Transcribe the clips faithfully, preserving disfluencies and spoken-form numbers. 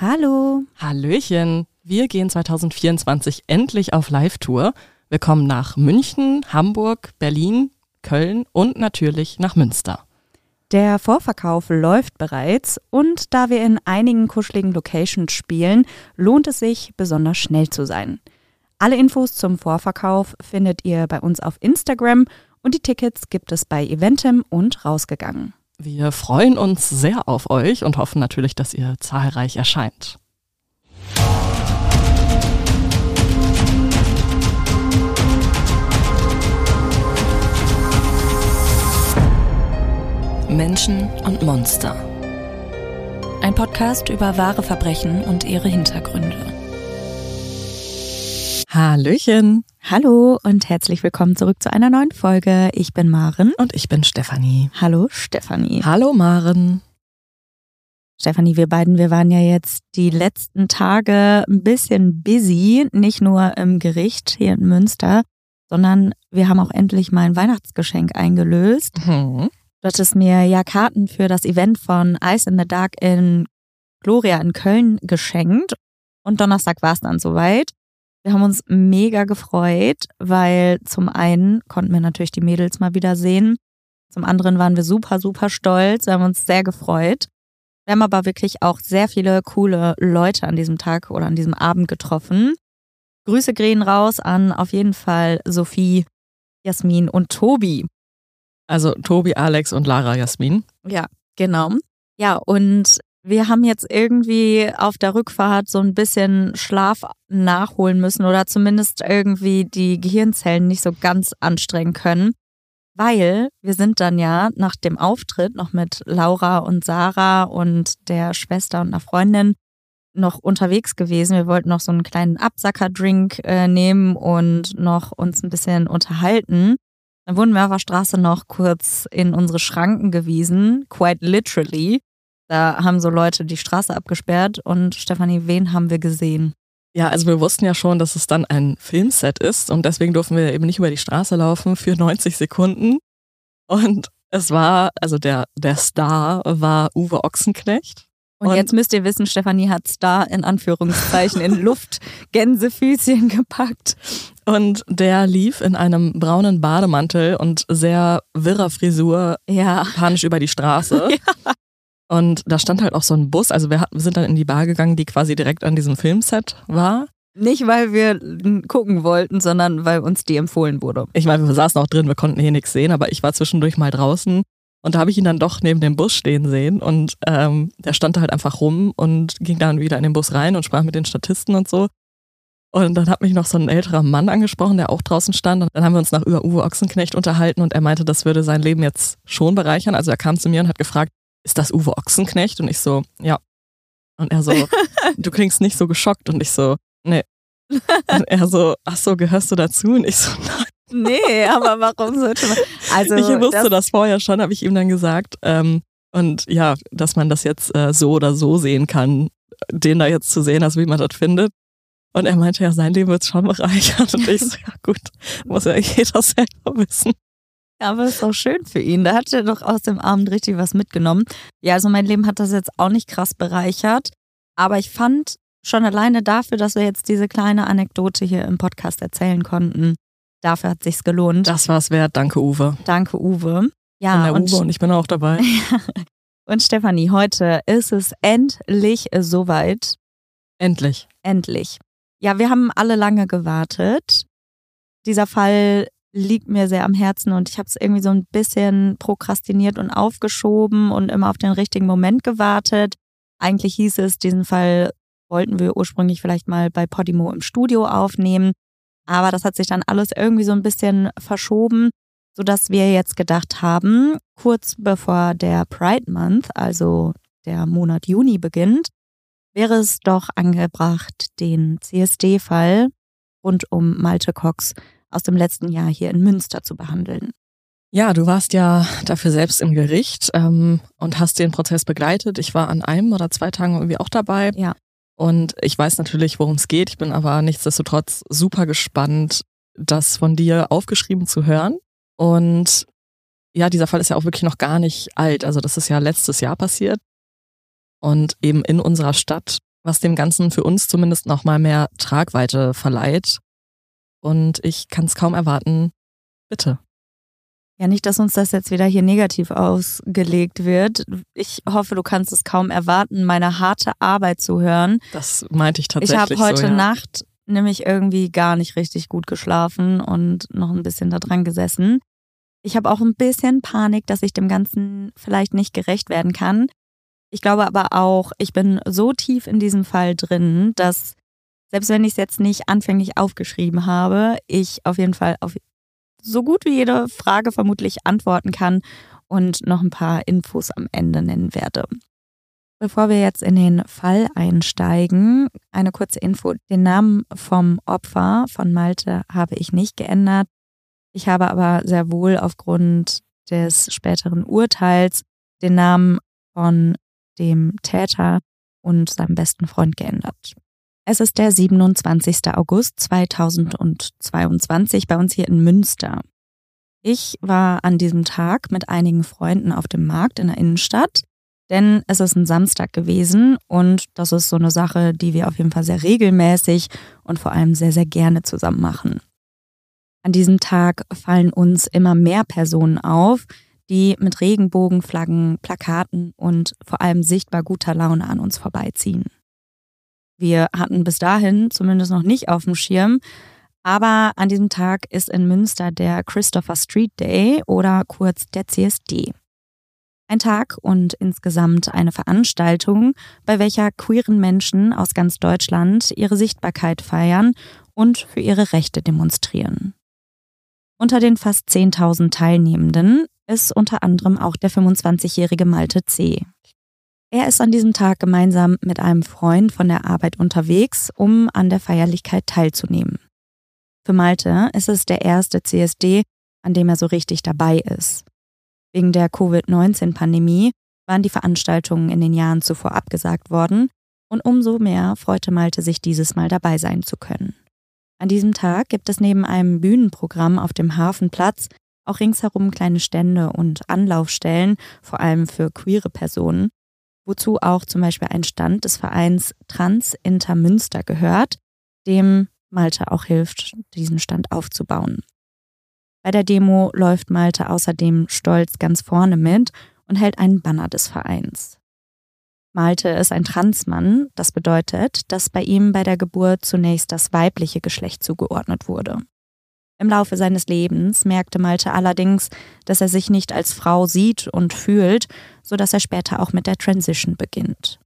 Hallo. Hallöchen. Wir gehen zwanzig vierundzwanzig endlich auf Live-Tour. Wir kommen nach München, Hamburg, Berlin, Köln und natürlich nach Münster. Der Vorverkauf läuft bereits und da wir in einigen kuscheligen Locations spielen, lohnt es sich, besonders schnell zu sein. Alle Infos zum Vorverkauf findet ihr bei uns auf Instagram und die Tickets gibt es bei Eventim und Rausgegangen. Wir freuen uns sehr auf euch und hoffen natürlich, dass ihr zahlreich erscheint. Menschen und Monster. Ein Podcast über wahre Verbrechen und ihre Hintergründe. Hallöchen. Hallo und herzlich willkommen zurück zu einer neuen Folge. Ich bin Maren. Und ich bin Stefanie. Hallo Stefanie. Hallo Maren. Stefanie, wir beiden, wir waren ja jetzt die letzten Tage ein bisschen busy, nicht nur im Gericht hier in Münster, sondern wir haben auch endlich mein Weihnachtsgeschenk eingelöst. Mhm. Du hattest mir ja Karten für das Event von Ice in the Dark in Gloria in Köln geschenkt und Donnerstag war es dann soweit. Wir haben uns mega gefreut, weil zum einen konnten wir natürlich die Mädels mal wieder sehen, zum anderen waren wir super, super stolz, wir haben uns sehr gefreut. Wir haben aber wirklich auch sehr viele coole Leute an diesem Tag oder an diesem Abend getroffen. Grüße gehen raus an auf jeden Fall Sophie, Jasmin und Tobi. Also Tobi, Alex und Lara Jasmin. Ja, genau. Ja, und wir haben jetzt irgendwie auf der Rückfahrt so ein bisschen Schlaf nachholen müssen oder zumindest irgendwie die Gehirnzellen nicht so ganz anstrengen können, weil wir sind dann ja nach dem Auftritt noch mit Laura und Sarah und der Schwester und einer Freundin noch unterwegs gewesen. Wir wollten noch so einen kleinen Absackerdrink äh, nehmen und noch uns ein bisschen unterhalten. Dann wurden wir auf der Straße noch kurz in unsere Schranken gewiesen, quite literally. Da haben so Leute die Straße abgesperrt und Stefanie, wen haben wir gesehen? Ja, also wir wussten ja schon, dass es dann ein Filmset ist und deswegen durften wir eben nicht über die Straße laufen für neunzig Sekunden. Und es war, also der, der Star war Uwe Ochsenknecht. Und, und jetzt müsst ihr wissen, Stefanie hat Star in Anführungszeichen in Luftgänsefüßchen gepackt. Und der lief in einem braunen Bademantel und sehr wirrer Frisur ja. panisch über die Straße. Ja. Und da stand halt auch so ein Bus, also wir, hatten, wir sind dann in die Bar gegangen, die quasi direkt an diesem Filmset war. Nicht, weil wir gucken wollten, sondern weil uns die empfohlen wurde. Ich meine, wir saßen auch drin, wir konnten hier nichts sehen, aber ich war zwischendurch mal draußen und da habe ich ihn dann doch neben dem Bus stehen sehen und ähm, der stand da halt einfach rum und ging dann wieder in den Bus rein und sprach mit den Statisten und so. Und dann hat mich noch so ein älterer Mann angesprochen, der auch draußen stand. Und dann haben wir uns nach über Uwe Ochsenknecht unterhalten und er meinte, das würde sein Leben jetzt schon bereichern. Also er kam zu mir und hat gefragt, ist das Uwe Ochsenknecht? Und ich so, ja. Und er so, du klingst nicht so geschockt. Und ich so, nee. Und er so, ach so, gehörst du dazu? Und ich so, nein. Nee, aber warum sollte man? Also, ich wusste das, das vorher schon, habe ich ihm dann gesagt. Ähm, und ja, dass man das jetzt äh, so oder so sehen kann, den da jetzt zu sehen, also wie man das findet. Und er meinte, ja, sein Leben wird schon bereichert. Und ich so, ja gut, muss ja jeder selber wissen. Ja, aber ist auch schön für ihn. Da hat er doch aus dem Abend richtig was mitgenommen. Ja, also mein Leben hat das jetzt auch nicht krass bereichert. Aber ich fand schon alleine dafür, dass wir jetzt diese kleine Anekdote hier im Podcast erzählen konnten, dafür hat sich's gelohnt. Das war's wert. Danke, Uwe. Danke, Uwe. Ja, und der und Uwe und ich bin auch dabei. Und Stefanie, heute ist es endlich soweit. Endlich. Endlich. Ja, wir haben alle lange gewartet. Dieser Fall liegt mir sehr am Herzen und ich habe es irgendwie so ein bisschen prokrastiniert und aufgeschoben und immer auf den richtigen Moment gewartet. Eigentlich hieß es, diesen Fall wollten wir ursprünglich vielleicht mal bei Podimo im Studio aufnehmen, aber das hat sich dann alles irgendwie so ein bisschen verschoben, sodass wir jetzt gedacht haben, kurz bevor der Pride Month, also der Monat Juni beginnt, wäre es doch angebracht, den C S D-Fall rund um Malte Cox aus dem letzten Jahr hier in Münster zu behandeln. Ja, du warst ja dafür selbst im Gericht ähm, und hast den Prozess begleitet. Ich war an einem oder zwei Tagen irgendwie auch dabei. Ja. Und ich weiß natürlich, worum es geht. Ich bin aber nichtsdestotrotz super gespannt, das von dir aufgeschrieben zu hören. Und ja, dieser Fall ist ja auch wirklich noch gar nicht alt. Also das ist ja letztes Jahr passiert. Und eben in unserer Stadt. was dem Ganzen für uns zumindest nochmal mehr Tragweite verleiht. Und ich kann es kaum erwarten. Bitte. Ja, nicht, dass uns das jetzt wieder hier negativ ausgelegt wird. Ich hoffe, du kannst es kaum erwarten, meine harte Arbeit zu hören. Das meinte ich tatsächlich so, Ich habe heute ja. Nacht nämlich irgendwie gar nicht richtig gut geschlafen und noch ein bisschen da dran gesessen. Ich habe auch ein bisschen Panik, dass ich dem Ganzen vielleicht nicht gerecht werden kann. Ich glaube aber auch, ich bin so tief in diesem Fall drin, dass selbst wenn ich es jetzt nicht anfänglich aufgeschrieben habe, ich auf jeden Fall auf so gut wie jede Frage vermutlich antworten kann und noch ein paar Infos am Ende nennen werde. Bevor wir jetzt in den Fall einsteigen, eine kurze Info. Den Namen vom Opfer von Malte habe ich nicht geändert. Ich habe aber sehr wohl aufgrund des späteren Urteils den Namen von dem Täter und seinem besten Freund geändert. Es ist der siebenundzwanzigster August zweitausendzweiundzwanzig bei uns hier in Münster. Ich war an diesem Tag mit einigen Freunden auf dem Markt in der Innenstadt, denn es ist ein Samstag gewesen und das ist so eine Sache, die wir auf jeden Fall sehr regelmäßig und vor allem sehr, sehr gerne zusammen machen. An diesem Tag fallen uns immer mehr Personen auf, die mit Regenbogenflaggen, Plakaten und vor allem sichtbar guter Laune an uns vorbeiziehen. Wir hatten bis dahin zumindest noch nicht auf dem Schirm, aber an diesem Tag ist in Münster der Christopher Street Day oder kurz der C S D. Ein Tag und insgesamt eine Veranstaltung, bei welcher queeren Menschen aus ganz Deutschland ihre Sichtbarkeit feiern und für ihre Rechte demonstrieren. Unter den fast zehntausend Teilnehmenden ist unter anderem auch der fünfundzwanzigjährige Malte C. Er ist an diesem Tag gemeinsam mit einem Freund von der Arbeit unterwegs, um an der Feierlichkeit teilzunehmen. Für Malte ist es der erste C S D, an dem er so richtig dabei ist. Wegen der Covid neunzehn Pandemie waren die Veranstaltungen in den Jahren zuvor abgesagt worden und umso mehr freute Malte sich dieses Mal dabei sein zu können. An diesem Tag gibt es neben einem Bühnenprogramm auf dem Hafenplatz auch ringsherum kleine Stände und Anlaufstellen, vor allem für queere Personen, wozu auch zum Beispiel ein Stand des Vereins Trans Inter Münster gehört, dem Malte auch hilft, diesen Stand aufzubauen. Bei der Demo läuft Malte außerdem stolz ganz vorne mit und hält einen Banner des Vereins. Malte ist ein Transmann, das bedeutet, dass bei ihm bei der Geburt zunächst das weibliche Geschlecht zugeordnet wurde. Im Laufe seines Lebens merkte Malte allerdings, dass er sich nicht als Frau sieht und fühlt, sodass er später auch mit der Transition beginnt.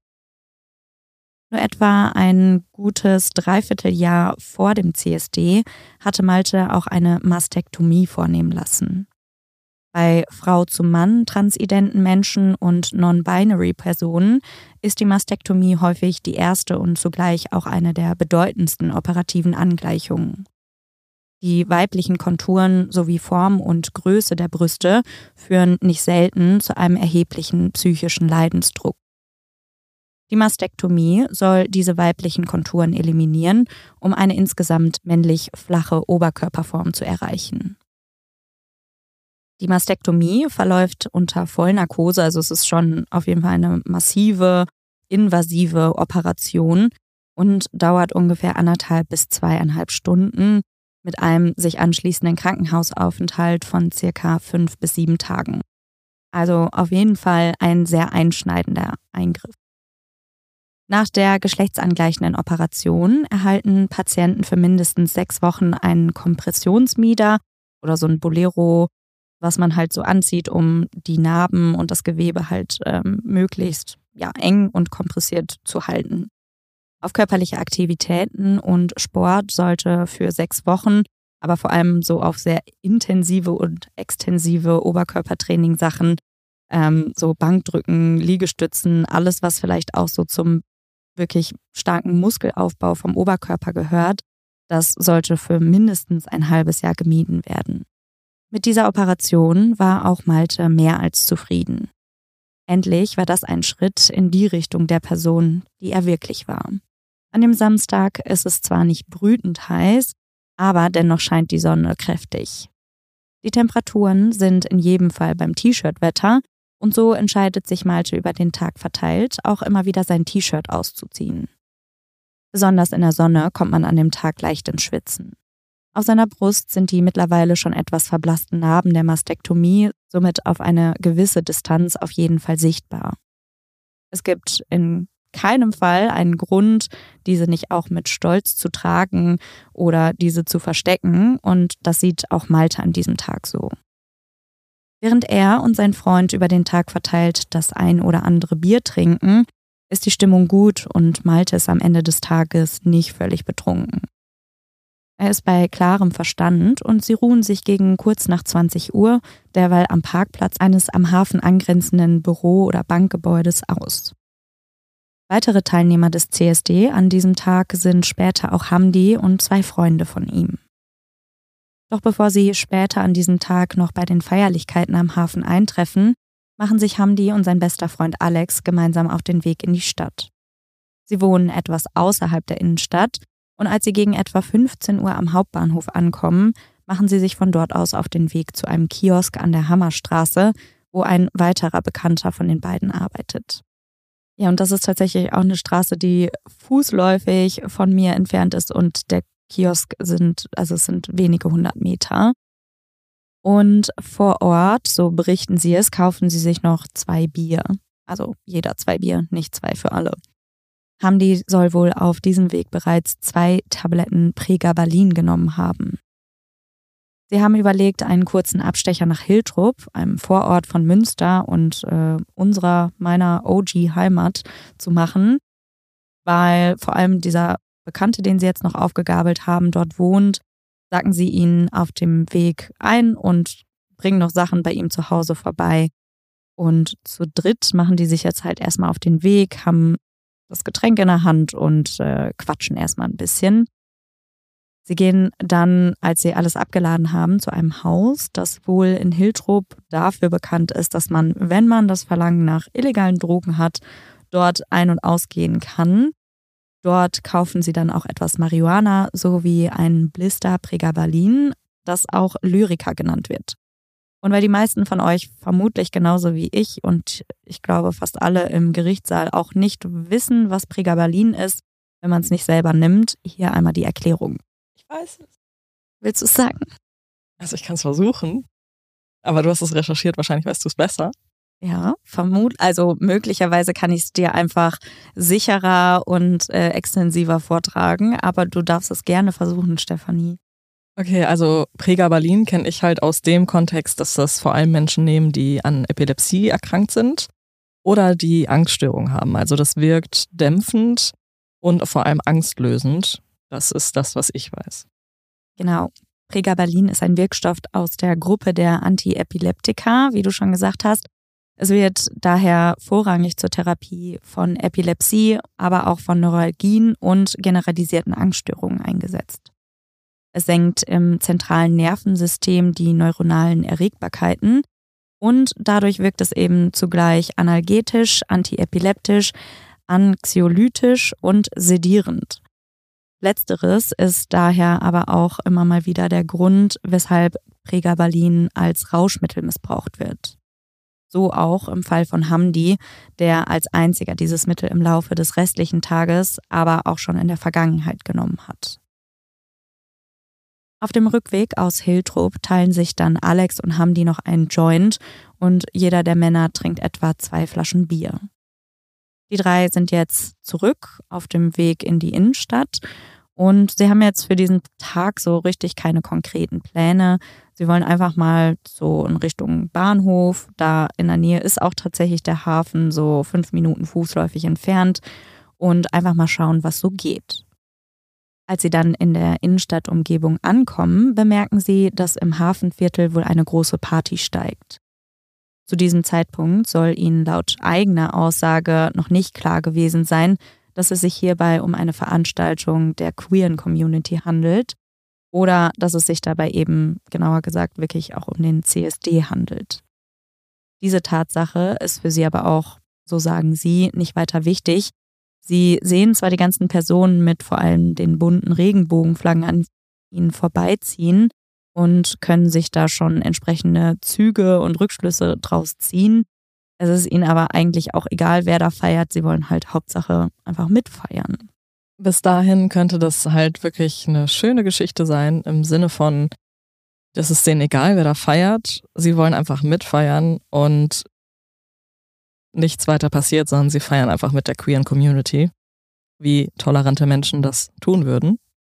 Nur etwa ein gutes Dreivierteljahr vor dem C S D hatte Malte auch eine Mastektomie vornehmen lassen. Bei Frau zu Mann, transidenten Menschen und non-binary-Personen ist die Mastektomie häufig die erste und zugleich auch eine der bedeutendsten operativen Angleichungen. Die weiblichen Konturen sowie Form und Größe der Brüste führen nicht selten zu einem erheblichen psychischen Leidensdruck. Die Mastektomie soll diese weiblichen Konturen eliminieren, um eine insgesamt männlich flache Oberkörperform zu erreichen. Die Mastektomie verläuft unter Vollnarkose, also es ist schon auf jeden Fall eine massive, invasive Operation und dauert ungefähr anderthalb bis zweieinhalb Stunden mit einem sich anschließenden Krankenhausaufenthalt von circa fünf bis sieben Tagen. Also auf jeden Fall ein sehr einschneidender Eingriff. Nach der geschlechtsangleichenden Operation erhalten Patienten für mindestens sechs Wochen einen Kompressionsmieder oder so ein Bolero, was man halt so anzieht, um die Narben und das Gewebe halt ähm, möglichst ja, eng und kompressiert zu halten. Auf körperliche Aktivitäten und Sport sollte für sechs Wochen, aber vor allem so auf sehr intensive und extensive Oberkörpertraining-Sachen, ähm, so Bankdrücken, Liegestützen, alles, was vielleicht auch so zum wirklich starken Muskelaufbau vom Oberkörper gehört, das sollte für mindestens ein halbes Jahr gemieden werden. Mit dieser Operation war auch Malte mehr als zufrieden. Endlich war das ein Schritt in die Richtung der Person, die er wirklich war. An dem Samstag ist es zwar nicht brütend heiß, aber dennoch scheint die Sonne kräftig. Die Temperaturen sind in jedem Fall beim T-Shirt-Wetter und so entscheidet sich Malte über den Tag verteilt, auch immer wieder sein T-Shirt auszuziehen. Besonders in der Sonne kommt man an dem Tag leicht ins Schwitzen. Auf seiner Brust sind die mittlerweile schon etwas verblassten Narben der Mastektomie somit auf eine gewisse Distanz auf jeden Fall sichtbar. Es gibt in keinem Fall einen Grund, diese nicht auch mit Stolz zu tragen oder diese zu verstecken, und das sieht auch Malte an diesem Tag so. Während er und sein Freund über den Tag verteilt das ein oder andere Bier trinken, ist die Stimmung gut und Malte ist am Ende des Tages nicht völlig betrunken. Er ist bei klarem Verstand und sie ruhen sich gegen kurz nach zwanzig Uhr derweil am Parkplatz eines am Hafen angrenzenden Büro- oder Bankgebäudes aus. Weitere Teilnehmer des C S D an diesem Tag sind später auch Hamdi und zwei Freunde von ihm. Doch bevor sie später an diesem Tag noch bei den Feierlichkeiten am Hafen eintreffen, machen sich Hamdi und sein bester Freund Alex gemeinsam auf den Weg in die Stadt. Sie wohnen etwas außerhalb der Innenstadt und als sie gegen etwa fünfzehn Uhr am Hauptbahnhof ankommen, machen sie sich von dort aus auf den Weg zu einem Kiosk an der Hammerstraße, wo ein weiterer Bekannter von den beiden arbeitet. Ja, und das ist tatsächlich auch eine Straße, die fußläufig von mir entfernt ist und der Kiosk sind, also es sind wenige hundert Meter. Und vor Ort, so berichten sie es, kaufen sie sich noch zwei Bier. Also jeder zwei Bier, nicht zwei für alle. Hamdi soll wohl auf diesem Weg bereits zwei Tabletten Pregabalin genommen haben. Sie haben überlegt, einen kurzen Abstecher nach Hiltrup, einem Vorort von Münster und äh, unserer, meiner O G-Heimat, zu machen, weil vor allem dieser Bekannte, den sie jetzt noch aufgegabelt haben, dort wohnt, sacken sie ihn auf dem Weg ein und bringen noch Sachen bei ihm zu Hause vorbei. Und zu dritt machen die sich jetzt halt erstmal auf den Weg, haben das Getränk in der Hand und äh, quatschen erstmal ein bisschen. Sie gehen dann, als sie alles abgeladen haben, zu einem Haus, das wohl in Hiltrup dafür bekannt ist, dass man, wenn man das Verlangen nach illegalen Drogen hat, dort ein- und ausgehen kann. Dort kaufen sie dann auch etwas Marihuana sowie einen Blister Pregabalin, das auch Lyrica genannt wird. Und weil die meisten von euch vermutlich genauso wie ich und ich glaube fast alle im Gerichtssaal auch nicht wissen, was Pregabalin ist, wenn man es nicht selber nimmt, hier einmal die Erklärung. Ich weiß es. Willst du es sagen? Also ich kann es versuchen, aber du hast es recherchiert, wahrscheinlich weißt du es besser. Ja, vermut, also möglicherweise kann ich es dir einfach sicherer und äh, extensiver vortragen, aber du darfst es gerne versuchen, Stefanie. Okay, also Pregabalin kenne ich halt aus dem Kontext, dass das vor allem Menschen nehmen, die an Epilepsie erkrankt sind oder die Angststörungen haben. Also das wirkt dämpfend und vor allem angstlösend. Das ist das, was ich weiß. Genau. Pregabalin ist ein Wirkstoff aus der Gruppe der Antiepileptika, wie du schon gesagt hast. Es wird daher vorrangig zur Therapie von Epilepsie, aber auch von Neuralgien und generalisierten Angststörungen eingesetzt. Es senkt im zentralen Nervensystem die neuronalen Erregbarkeiten und dadurch wirkt es eben zugleich analgetisch, antiepileptisch, anxiolytisch und sedierend. Letzteres ist daher aber auch immer mal wieder der Grund, weshalb Pregabalin als Rauschmittel missbraucht wird. So auch im Fall von Hamdi, der als einziger dieses Mittel im Laufe des restlichen Tages, aber auch schon in der Vergangenheit genommen hat. Auf dem Rückweg aus Hiltrup teilen sich dann Alex und Hamdi noch einen Joint und jeder der Männer trinkt etwa zwei Flaschen Bier. Die drei sind jetzt zurück auf dem Weg in die Innenstadt und sie haben jetzt für diesen Tag so richtig keine konkreten Pläne. Sie wollen einfach mal so in Richtung Bahnhof. Da in der Nähe ist auch tatsächlich der Hafen, so fünf Minuten fußläufig entfernt, und einfach mal schauen, was so geht. Als sie dann in der Innenstadtumgebung ankommen, bemerken sie, dass im Hafenviertel wohl eine große Party steigt. Zu diesem Zeitpunkt soll ihnen laut eigener Aussage noch nicht klar gewesen sein, dass es sich hierbei um eine Veranstaltung der queeren Community handelt oder dass es sich dabei eben, genauer gesagt, wirklich auch um den C S D handelt. Diese Tatsache ist für sie aber auch, so sagen sie, nicht weiter wichtig. Sie sehen zwar die ganzen Personen mit vor allem den bunten Regenbogenflaggen an ihnen vorbeiziehen und können sich da schon entsprechende Züge und Rückschlüsse draus ziehen. Es ist ihnen aber eigentlich auch egal, wer da feiert. Sie wollen halt Hauptsache einfach mitfeiern. Bis dahin könnte das halt wirklich eine schöne Geschichte sein, im Sinne von, das ist denen egal, wer da feiert. Sie wollen einfach mitfeiern und nichts weiter passiert, sondern sie feiern einfach mit der queeren Community, wie tolerante Menschen das tun würden.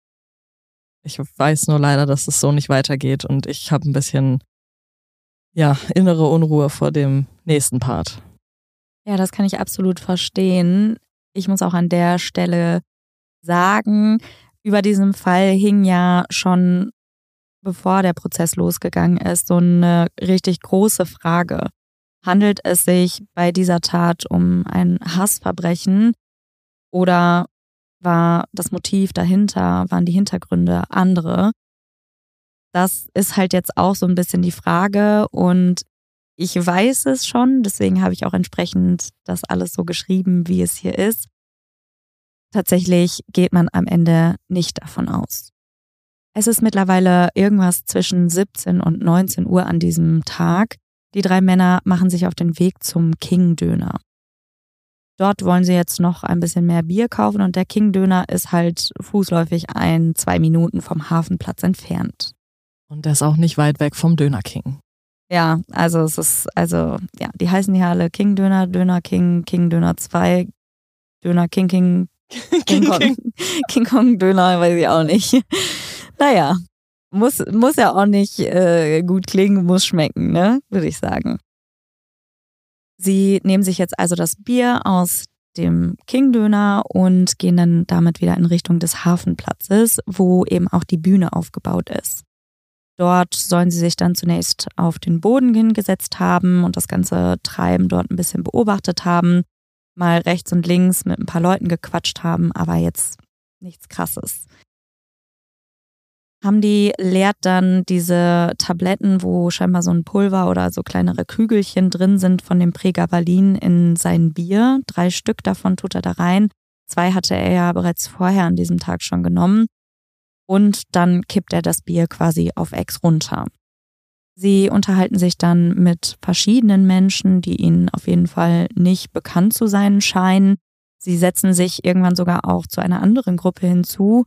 Ich weiß nur leider, dass es so nicht weitergeht und ich habe ein bisschen, ja, innere Unruhe vor dem nächsten Part. Ja, das kann ich absolut verstehen. Ich muss auch an der Stelle sagen, über diesem Fall hing ja schon, bevor der Prozess losgegangen ist, so eine richtig große Frage. Handelt es sich bei dieser Tat um ein Hassverbrechen oder war das Motiv dahinter, waren die Hintergründe andere? Das ist halt jetzt auch so ein bisschen die Frage und ich weiß es schon, deswegen habe ich auch entsprechend das alles so geschrieben, wie es hier ist. Tatsächlich geht man am Ende nicht davon aus. Es ist mittlerweile irgendwas zwischen siebzehn und neunzehn Uhr an diesem Tag. Die drei Männer machen sich auf den Weg zum King-Döner. Dort wollen sie jetzt noch ein bisschen mehr Bier kaufen und der King-Döner ist halt fußläufig ein, zwei Minuten vom Hafenplatz entfernt. Und der ist auch nicht weit weg vom Döner King. Ja, also es ist, also, ja, die heißen hier alle King-Döner, Döner King, King-Döner zwei, Döner King, King, King Kong, King. King Kong Döner, weiß ich auch nicht. Naja, muss, muss ja auch nicht äh, gut klingen, muss schmecken, ne, würde ich sagen. Sie nehmen sich jetzt also das Bier aus dem King-Döner und gehen dann damit wieder in Richtung des Hafenplatzes, wo eben auch die Bühne aufgebaut ist. Dort sollen sie sich dann zunächst auf den Boden hingesetzt haben und das ganze Treiben dort ein bisschen beobachtet haben, mal rechts und links mit ein paar Leuten gequatscht haben, aber jetzt nichts Krasses. Hamdi leert dann diese Tabletten, wo scheinbar so ein Pulver oder so kleinere Kügelchen drin sind von dem Pregabalin in sein Bier. Drei Stück davon tut er da rein. Zwei hatte er ja bereits vorher an diesem Tag schon genommen. Und dann kippt er das Bier quasi auf Ex runter. Sie unterhalten sich dann mit verschiedenen Menschen, die ihnen auf jeden Fall nicht bekannt zu sein scheinen. Sie setzen sich irgendwann sogar auch zu einer anderen Gruppe hinzu.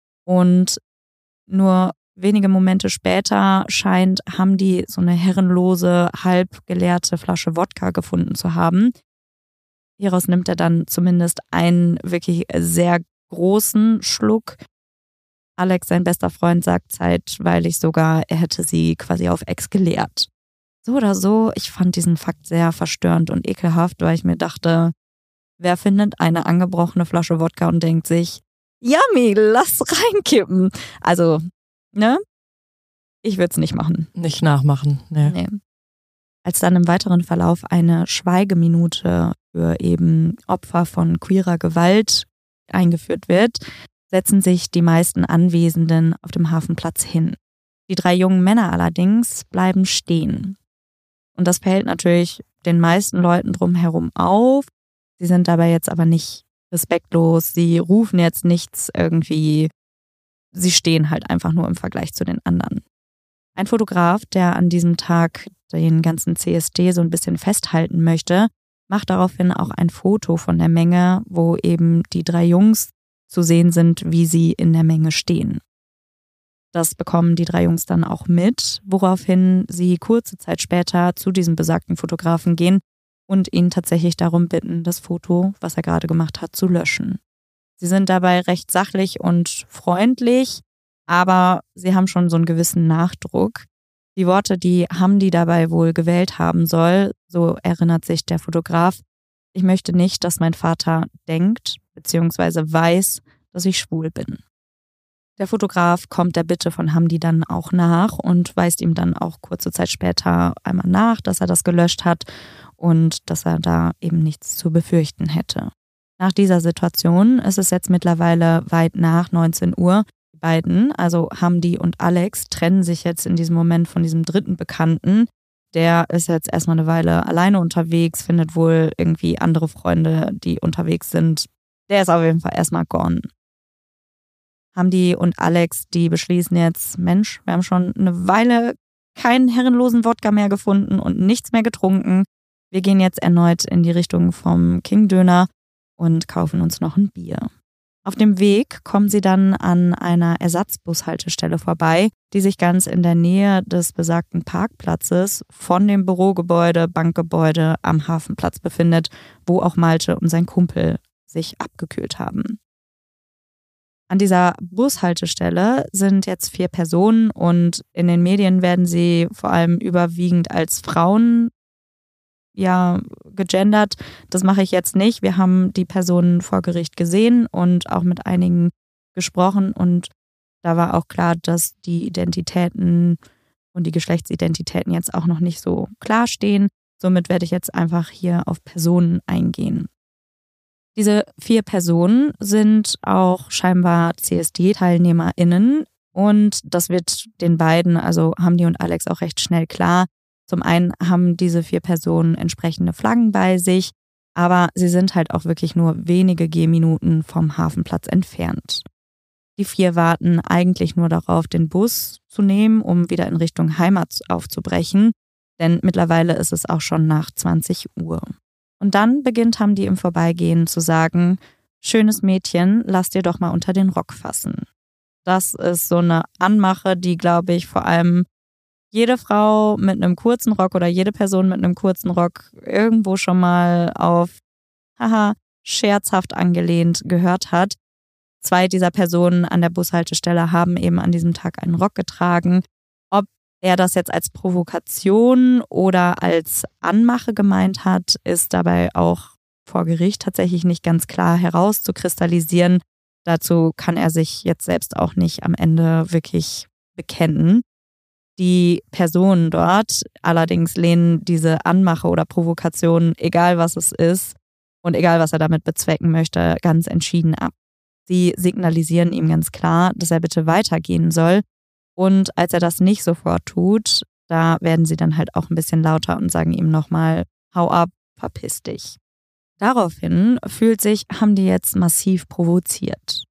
Und nur wenige Momente später scheint Hamdi so eine herrenlose, halb geleerte Flasche Wodka gefunden zu haben. Hieraus nimmt er dann zumindest einen wirklich sehr großen Schluck. Alex, sein bester Freund, sagt zeitweilig sogar, er hätte sie quasi auf Ex geleert. So oder so, ich fand diesen Fakt sehr verstörend und ekelhaft, weil ich mir dachte, wer findet eine angebrochene Flasche Wodka und denkt sich, yummy, lass reinkippen. Also, ne? Ich würde es nicht machen. Nicht nachmachen, ne. Nee. Als dann im weiteren Verlauf eine Schweigeminute für eben Opfer von queerer Gewalt eingeführt wird, setzen sich die meisten Anwesenden auf dem Hafenplatz hin. Die drei jungen Männer allerdings bleiben stehen. Und das fällt natürlich den meisten Leuten drumherum auf. Sie sind dabei jetzt aber nicht respektlos, sie rufen jetzt nichts irgendwie, sie stehen halt einfach nur im Vergleich zu den anderen. Ein Fotograf, der an diesem Tag den ganzen C S D so ein bisschen festhalten möchte, macht daraufhin auch ein Foto von der Menge, wo eben die drei Jungs zu sehen sind, wie sie in der Menge stehen. Das bekommen die drei Jungs dann auch mit, woraufhin sie kurze Zeit später zu diesem besagten Fotografen gehen und ihn tatsächlich darum bitten, das Foto, was er gerade gemacht hat, zu löschen. Sie sind dabei recht sachlich und freundlich, aber sie haben schon so einen gewissen Nachdruck. Die Worte, die Hamdi dabei wohl gewählt haben soll, so erinnert sich der Fotograf, ich möchte nicht, dass mein Vater denkt bzw. weiß, dass ich schwul bin. Der Fotograf kommt der Bitte von Hamdi dann auch nach und weist ihm dann auch kurze Zeit später einmal nach, dass er das gelöscht hat und dass er da eben nichts zu befürchten hätte. Nach dieser Situation ist es jetzt mittlerweile weit nach neunzehn Uhr. Die beiden, also Hamdi und Alex, trennen sich jetzt in diesem Moment von diesem dritten Bekannten. Der ist jetzt erstmal eine Weile alleine unterwegs, findet wohl irgendwie andere Freunde, die unterwegs sind. Der ist auf jeden Fall erstmal gone. Hamdi und Alex, die beschließen jetzt, Mensch, wir haben schon eine Weile keinen herrenlosen Wodka mehr gefunden und nichts mehr getrunken. Wir gehen jetzt erneut in die Richtung vom King-Döner und kaufen uns noch ein Bier. Auf dem Weg kommen sie dann an einer Ersatzbushaltestelle vorbei, die sich ganz in der Nähe des besagten Parkplatzes von dem Bürogebäude, Bankgebäude am Hafenplatz befindet, wo auch Malte und sein Kumpel sich abgekühlt haben. An dieser Bushaltestelle sind jetzt vier Personen und in den Medien werden sie vor allem überwiegend als Frauen ja gegendert. Das mache ich jetzt nicht. Wir haben die Personen vor Gericht gesehen und auch mit einigen gesprochen und da war auch klar, dass die Identitäten und die Geschlechtsidentitäten jetzt auch noch nicht so klar stehen. Somit werde ich jetzt einfach hier auf Personen eingehen. Diese vier Personen sind auch scheinbar C S D-TeilnehmerInnen und das wird den beiden, also Hamdi und Alex, auch recht schnell klar. Zum einen haben diese vier Personen entsprechende Flaggen bei sich, aber sie sind halt auch wirklich nur wenige Gehminuten vom Hafenplatz entfernt. Die vier warten eigentlich nur darauf, den Bus zu nehmen, um wieder in Richtung Heimat aufzubrechen, denn mittlerweile ist es auch schon nach zwanzig Uhr. Und dann beginnt Hamdi im Vorbeigehen zu sagen, schönes Mädchen, lass dir doch mal unter den Rock fassen. Das ist so eine Anmache, die, glaube ich, vor allem jede Frau mit einem kurzen Rock oder jede Person mit einem kurzen Rock irgendwo schon mal auf, haha, scherzhaft angelehnt gehört hat. Zwei dieser Personen an der Bushaltestelle haben eben an diesem Tag einen Rock getragen. Ob er das jetzt als Provokation oder als Anmache gemeint hat, ist dabei auch vor Gericht tatsächlich nicht ganz klar herauszukristallisieren. Dazu kann er sich jetzt selbst auch nicht am Ende wirklich bekennen. Die Personen dort allerdings lehnen diese Anmache oder Provokation, egal was es ist und egal was er damit bezwecken möchte, ganz entschieden ab. Sie signalisieren ihm ganz klar, dass er bitte weitergehen soll. Und als er das nicht sofort tut, da werden sie dann halt auch ein bisschen lauter und sagen ihm nochmal, hau ab, verpiss dich. Daraufhin fühlt sich Hamdi jetzt massiv provoziert.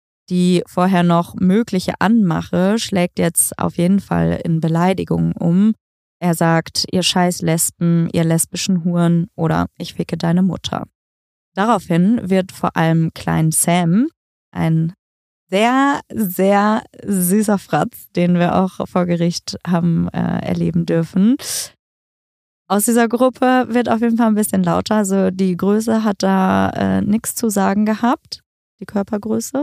Die vorher noch mögliche Anmache schlägt jetzt auf jeden Fall in Beleidigungen um. Er sagt, ihr scheiß Lesben, ihr lesbischen Huren oder ich ficke deine Mutter. Daraufhin wird vor allem Klein Sam, ein sehr, sehr süßer Fratz, den wir auch vor Gericht haben äh, erleben dürfen. Aus dieser Gruppe wird auf jeden Fall ein bisschen lauter. Also die Größe hat da äh, nichts zu sagen gehabt, die Körpergröße.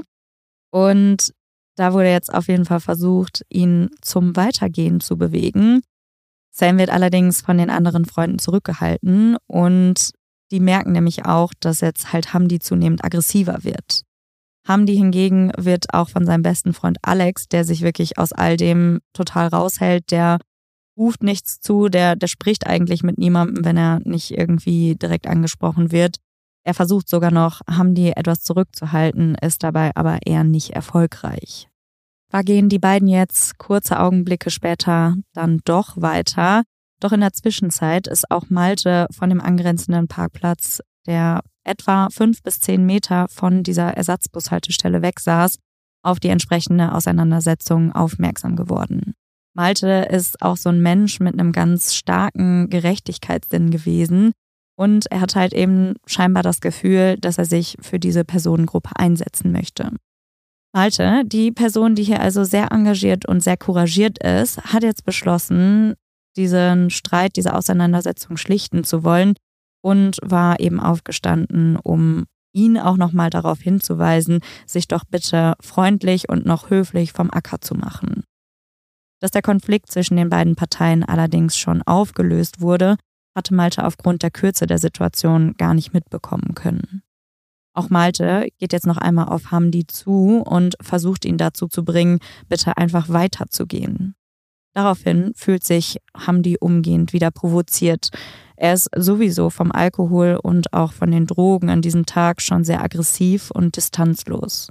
Und da wurde jetzt auf jeden Fall versucht, ihn zum Weitergehen zu bewegen. Sam wird allerdings von den anderen Freunden zurückgehalten und die merken nämlich auch, dass jetzt halt Hamdi zunehmend aggressiver wird. Hamdi hingegen wird auch von seinem besten Freund Alex, der sich wirklich aus all dem total raushält, der ruft nichts zu, der, der spricht eigentlich mit niemandem, wenn er nicht irgendwie direkt angesprochen wird. Er versucht sogar noch, Hamdi etwas zurückzuhalten, ist dabei aber eher nicht erfolgreich. Da gehen die beiden jetzt kurze Augenblicke später dann doch weiter. Doch in der Zwischenzeit ist auch Malte von dem angrenzenden Parkplatz, der etwa fünf bis zehn Meter von dieser Ersatzbushaltestelle weg saß, auf die entsprechende Auseinandersetzung aufmerksam geworden. Malte ist auch so ein Mensch mit einem ganz starken Gerechtigkeitssinn gewesen und er hat halt eben scheinbar das Gefühl, dass er sich für diese Personengruppe einsetzen möchte. Malte, die Person, die hier also sehr engagiert und sehr couragiert ist, hat jetzt beschlossen, diesen Streit, diese Auseinandersetzung schlichten zu wollen und war eben aufgestanden, um ihn auch nochmal darauf hinzuweisen, sich doch bitte freundlich und noch höflich vom Acker zu machen. Dass der Konflikt zwischen den beiden Parteien allerdings schon aufgelöst wurde, hatte Malte aufgrund der Kürze der Situation gar nicht mitbekommen können. Auch Malte geht jetzt noch einmal auf Hamdi zu und versucht ihn dazu zu bringen, bitte einfach weiterzugehen. Daraufhin fühlt sich Hamdi umgehend wieder provoziert. Er ist sowieso vom Alkohol und auch von den Drogen an diesem Tag schon sehr aggressiv und distanzlos.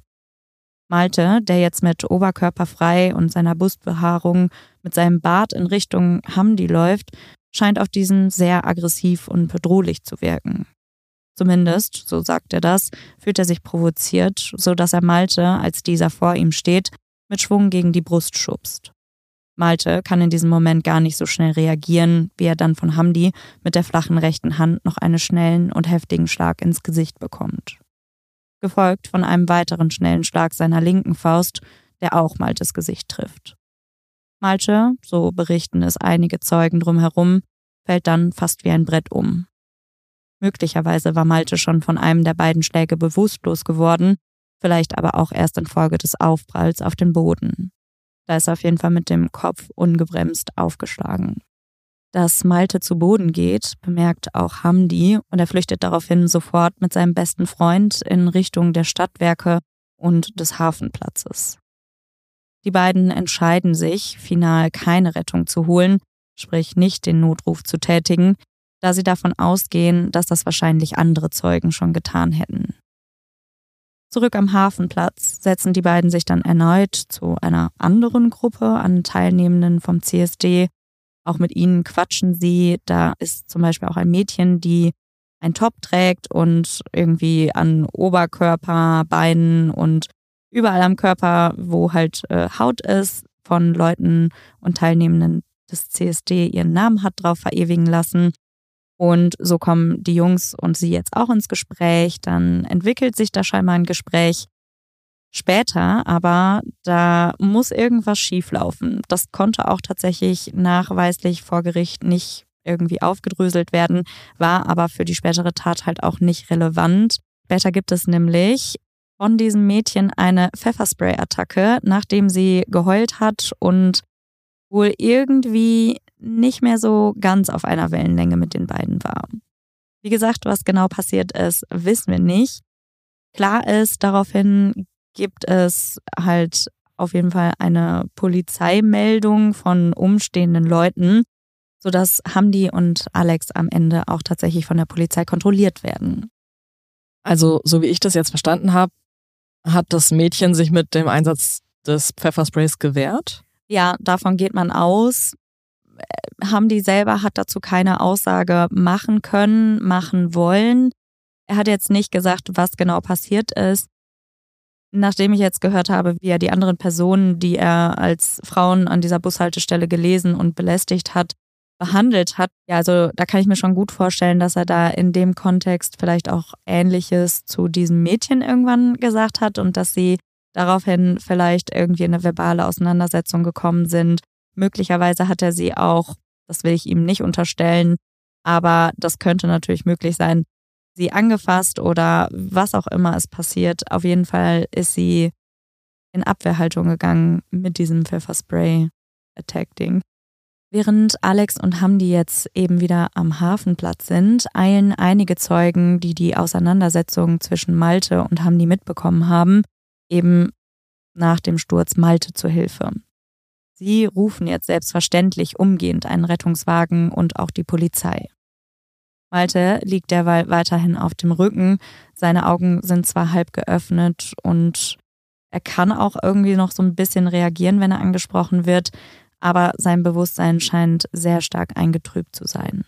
Malte, der jetzt mit oberkörperfrei und seiner Brustbehaarung mit seinem Bart in Richtung Hamdi läuft, scheint auf diesen sehr aggressiv und bedrohlich zu wirken. Zumindest, so sagt er das, fühlt er sich provoziert, sodass er Malte, als dieser vor ihm steht, mit Schwung gegen die Brust schubst. Malte kann in diesem Moment gar nicht so schnell reagieren, wie er dann von Hamdi mit der flachen rechten Hand noch einen schnellen und heftigen Schlag ins Gesicht bekommt. gefolgt von einem weiteren schnellen Schlag seiner linken Faust, der auch Maltes Gesicht trifft. Malte, so berichten es einige Zeugen drumherum, fällt dann fast wie ein Brett um. Möglicherweise war Malte schon von einem der beiden Schläge bewusstlos geworden, vielleicht aber auch erst infolge des Aufpralls auf den Boden. Da ist er auf jeden Fall mit dem Kopf ungebremst aufgeschlagen. Dass Malte zu Boden geht, bemerkt auch Hamdi und er flüchtet daraufhin sofort mit seinem besten Freund in Richtung der Stadtwerke und des Hafenplatzes. Die beiden entscheiden sich, final keine Rettung zu holen, sprich nicht den Notruf zu tätigen, da sie davon ausgehen, dass das wahrscheinlich andere Zeugen schon getan hätten. Zurück am Hafenplatz setzen die beiden sich dann erneut zu einer anderen Gruppe an Teilnehmenden vom C S D. Auch mit ihnen quatschen sie. Da ist zum Beispiel auch ein Mädchen, die ein Top trägt und irgendwie an Oberkörper, Beinen und überall am Körper, wo halt äh, Haut ist, von Leuten und Teilnehmenden des C S D ihren Namen hat drauf verewigen lassen. Und so kommen die Jungs und sie jetzt auch ins Gespräch. Dann entwickelt sich da scheinbar ein Gespräch. Später aber, da muss irgendwas schieflaufen. Das konnte auch tatsächlich nachweislich vor Gericht nicht irgendwie aufgedröselt werden, war aber für die spätere Tat halt auch nicht relevant. Später gibt es nämlich von diesem Mädchen eine Pfefferspray-Attacke, nachdem sie geheult hat und wohl irgendwie nicht mehr so ganz auf einer Wellenlänge mit den beiden war. Wie gesagt, was genau passiert ist, wissen wir nicht. Klar ist, daraufhin gibt es halt auf jeden Fall eine Polizeimeldung von umstehenden Leuten, sodass Hamdi und Alex am Ende auch tatsächlich von der Polizei kontrolliert werden. Also, so wie ich das jetzt verstanden habe, hat das Mädchen sich mit dem Einsatz des Pfeffersprays gewehrt? Ja, davon geht man aus. Hamdi selber hat dazu keine Aussage machen können, machen wollen. Er hat jetzt nicht gesagt, was genau passiert ist. Nachdem ich jetzt gehört habe, wie er die anderen Personen, die er als Frauen an dieser Bushaltestelle gelesen und belästigt hat, behandelt hat, ja, also da kann ich mir schon gut vorstellen, dass er da in dem Kontext vielleicht auch Ähnliches zu diesem Mädchen irgendwann gesagt hat und dass sie daraufhin vielleicht irgendwie in eine verbale Auseinandersetzung gekommen sind. Möglicherweise hat er sie auch, das will ich ihm nicht unterstellen, aber das könnte natürlich möglich sein, sie angefasst oder was auch immer ist passiert. Auf jeden Fall ist sie in Abwehrhaltung gegangen mit diesem Pfefferspray-Attack-Ding. Während Alex und Hamdi jetzt eben wieder am Hafenplatz sind, eilen einige Zeugen, die die Auseinandersetzung zwischen Malte und Hamdi mitbekommen haben, eben nach dem Sturz Malte zur Hilfe. Sie rufen jetzt selbstverständlich umgehend einen Rettungswagen und auch die Polizei. Malte liegt derweil weiterhin auf dem Rücken. Seine Augen sind zwar halb geöffnet und er kann auch irgendwie noch so ein bisschen reagieren, wenn er angesprochen wird, aber sein Bewusstsein scheint sehr stark eingetrübt zu sein.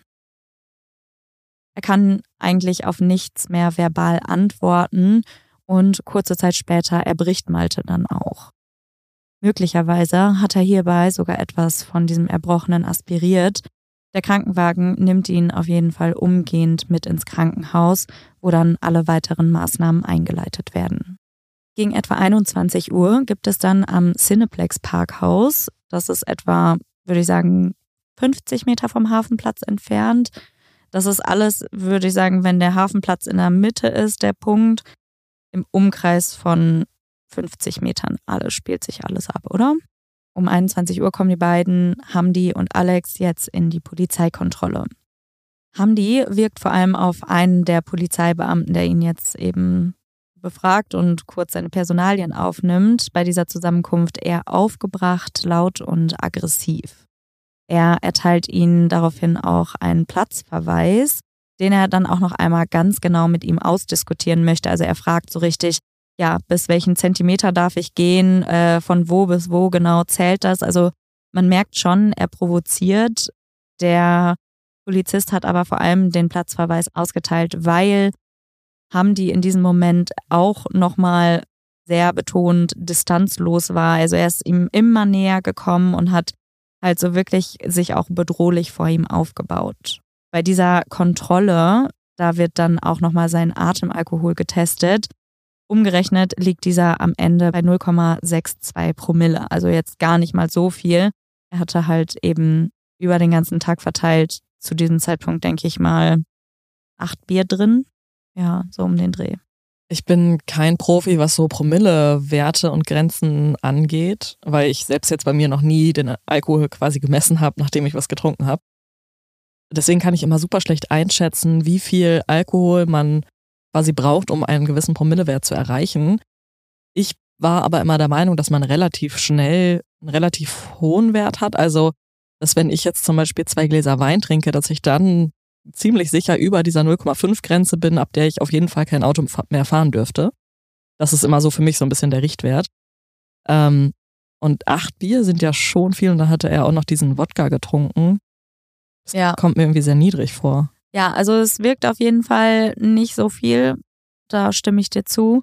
Er kann eigentlich auf nichts mehr verbal antworten und kurze Zeit später erbricht Malte dann auch. Möglicherweise hat er hierbei sogar etwas von diesem Erbrochenen aspiriert. Der Krankenwagen nimmt ihn auf jeden Fall umgehend mit ins Krankenhaus, wo dann alle weiteren Maßnahmen eingeleitet werden. Gegen etwa einundzwanzig Uhr gibt es dann am Cineplex Parkhaus, das ist etwa, würde ich sagen, fünfzig Meter vom Hafenplatz entfernt. Das ist alles, würde ich sagen, wenn der Hafenplatz in der Mitte ist, der Punkt, im Umkreis von fünfzig Metern. Alles spielt sich alles ab, oder? Um einundzwanzig Uhr kommen die beiden, Hamdi und Alex, jetzt in die Polizeikontrolle. Hamdi wirkt vor allem auf einen der Polizeibeamten, der ihn jetzt eben befragt und kurz seine Personalien aufnimmt. Bei dieser Zusammenkunft eher aufgebracht, laut und aggressiv. Er erteilt ihnen daraufhin auch einen Platzverweis, den er dann auch noch einmal ganz genau mit ihm ausdiskutieren möchte. Also er fragt so richtig, ja, bis welchen Zentimeter darf ich gehen, äh, von wo bis wo genau zählt das. Also man merkt schon, er provoziert. Der Polizist hat aber vor allem den Platzverweis ausgeteilt, weil Hamdi in diesem Moment auch nochmal sehr betont distanzlos war. Also er ist ihm immer näher gekommen und hat halt so wirklich sich auch bedrohlich vor ihm aufgebaut. Bei dieser Kontrolle, da wird dann auch nochmal sein Atemalkohol getestet. Umgerechnet liegt dieser am Ende bei null Komma zweiundsechzig Promille, also jetzt gar nicht mal so viel. Er hatte halt eben über den ganzen Tag verteilt, zu diesem Zeitpunkt denke ich mal, acht Bier drin. Ja, so um den Dreh. Ich bin kein Profi, was so Promillewerte und Grenzen angeht, weil ich selbst jetzt bei mir noch nie den Alkohol quasi gemessen habe, nachdem ich was getrunken habe. Deswegen kann ich immer super schlecht einschätzen, wie viel Alkohol man quasi braucht, um einen gewissen Promillewert zu erreichen. Ich war aber immer der Meinung, dass man relativ schnell einen relativ hohen Wert hat. Also, dass wenn ich jetzt zum Beispiel zwei Gläser Wein trinke, dass ich dann ziemlich sicher über dieser null Komma fünf Grenze bin, ab der ich auf jeden Fall kein Auto mehr fahren dürfte. Das ist immer so für mich so ein bisschen der Richtwert. Ähm, und acht Bier sind ja schon viel und dann hatte er auch noch diesen Wodka getrunken. Das ja. kommt mir irgendwie sehr niedrig vor. Ja, also es wirkt auf jeden Fall nicht so viel, da stimme ich dir zu.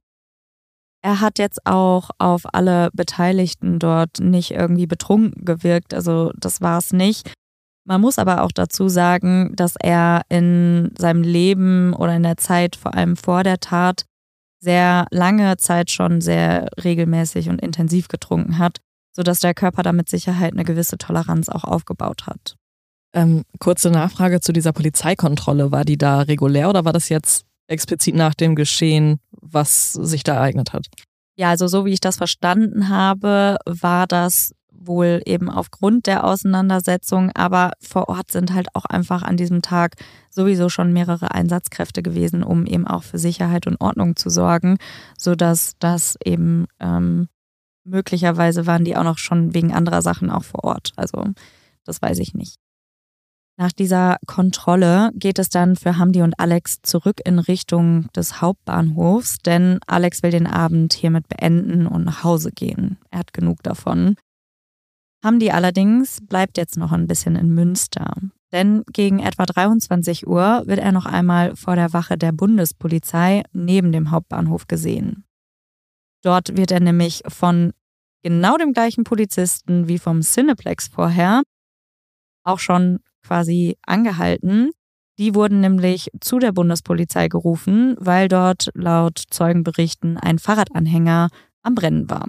Er hat jetzt auch auf alle Beteiligten dort nicht irgendwie betrunken gewirkt, also das war es nicht. Man muss aber auch dazu sagen, dass er in seinem Leben oder in der Zeit, vor allem vor der Tat, sehr lange Zeit schon sehr regelmäßig und intensiv getrunken hat, sodass der Körper da mit Sicherheit eine gewisse Toleranz auch aufgebaut hat. Ähm, kurze Nachfrage zu dieser Polizeikontrolle. War die da regulär oder war das jetzt explizit nach dem Geschehen, was sich da ereignet hat? Ja, also so wie ich das verstanden habe, war das wohl eben aufgrund der Auseinandersetzung, aber vor Ort sind halt auch einfach an diesem Tag sowieso schon mehrere Einsatzkräfte gewesen, um eben auch für Sicherheit und Ordnung zu sorgen, sodass das eben ähm, möglicherweise waren die auch noch schon wegen anderer Sachen auch vor Ort. Also das weiß ich nicht. Nach dieser Kontrolle geht es dann für Hamdi und Alex zurück in Richtung des Hauptbahnhofs, denn Alex will den Abend hiermit beenden und nach Hause gehen. Er hat genug davon. Hamdi allerdings bleibt jetzt noch ein bisschen in Münster, denn gegen etwa dreiundzwanzig Uhr wird er noch einmal vor der Wache der Bundespolizei neben dem Hauptbahnhof gesehen. Dort wird er nämlich von genau dem gleichen Polizisten wie vom Cineplex vorher auch schon quasi angehalten. Die wurden nämlich zu der Bundespolizei gerufen, weil dort laut Zeugenberichten ein Fahrradanhänger am Brennen war.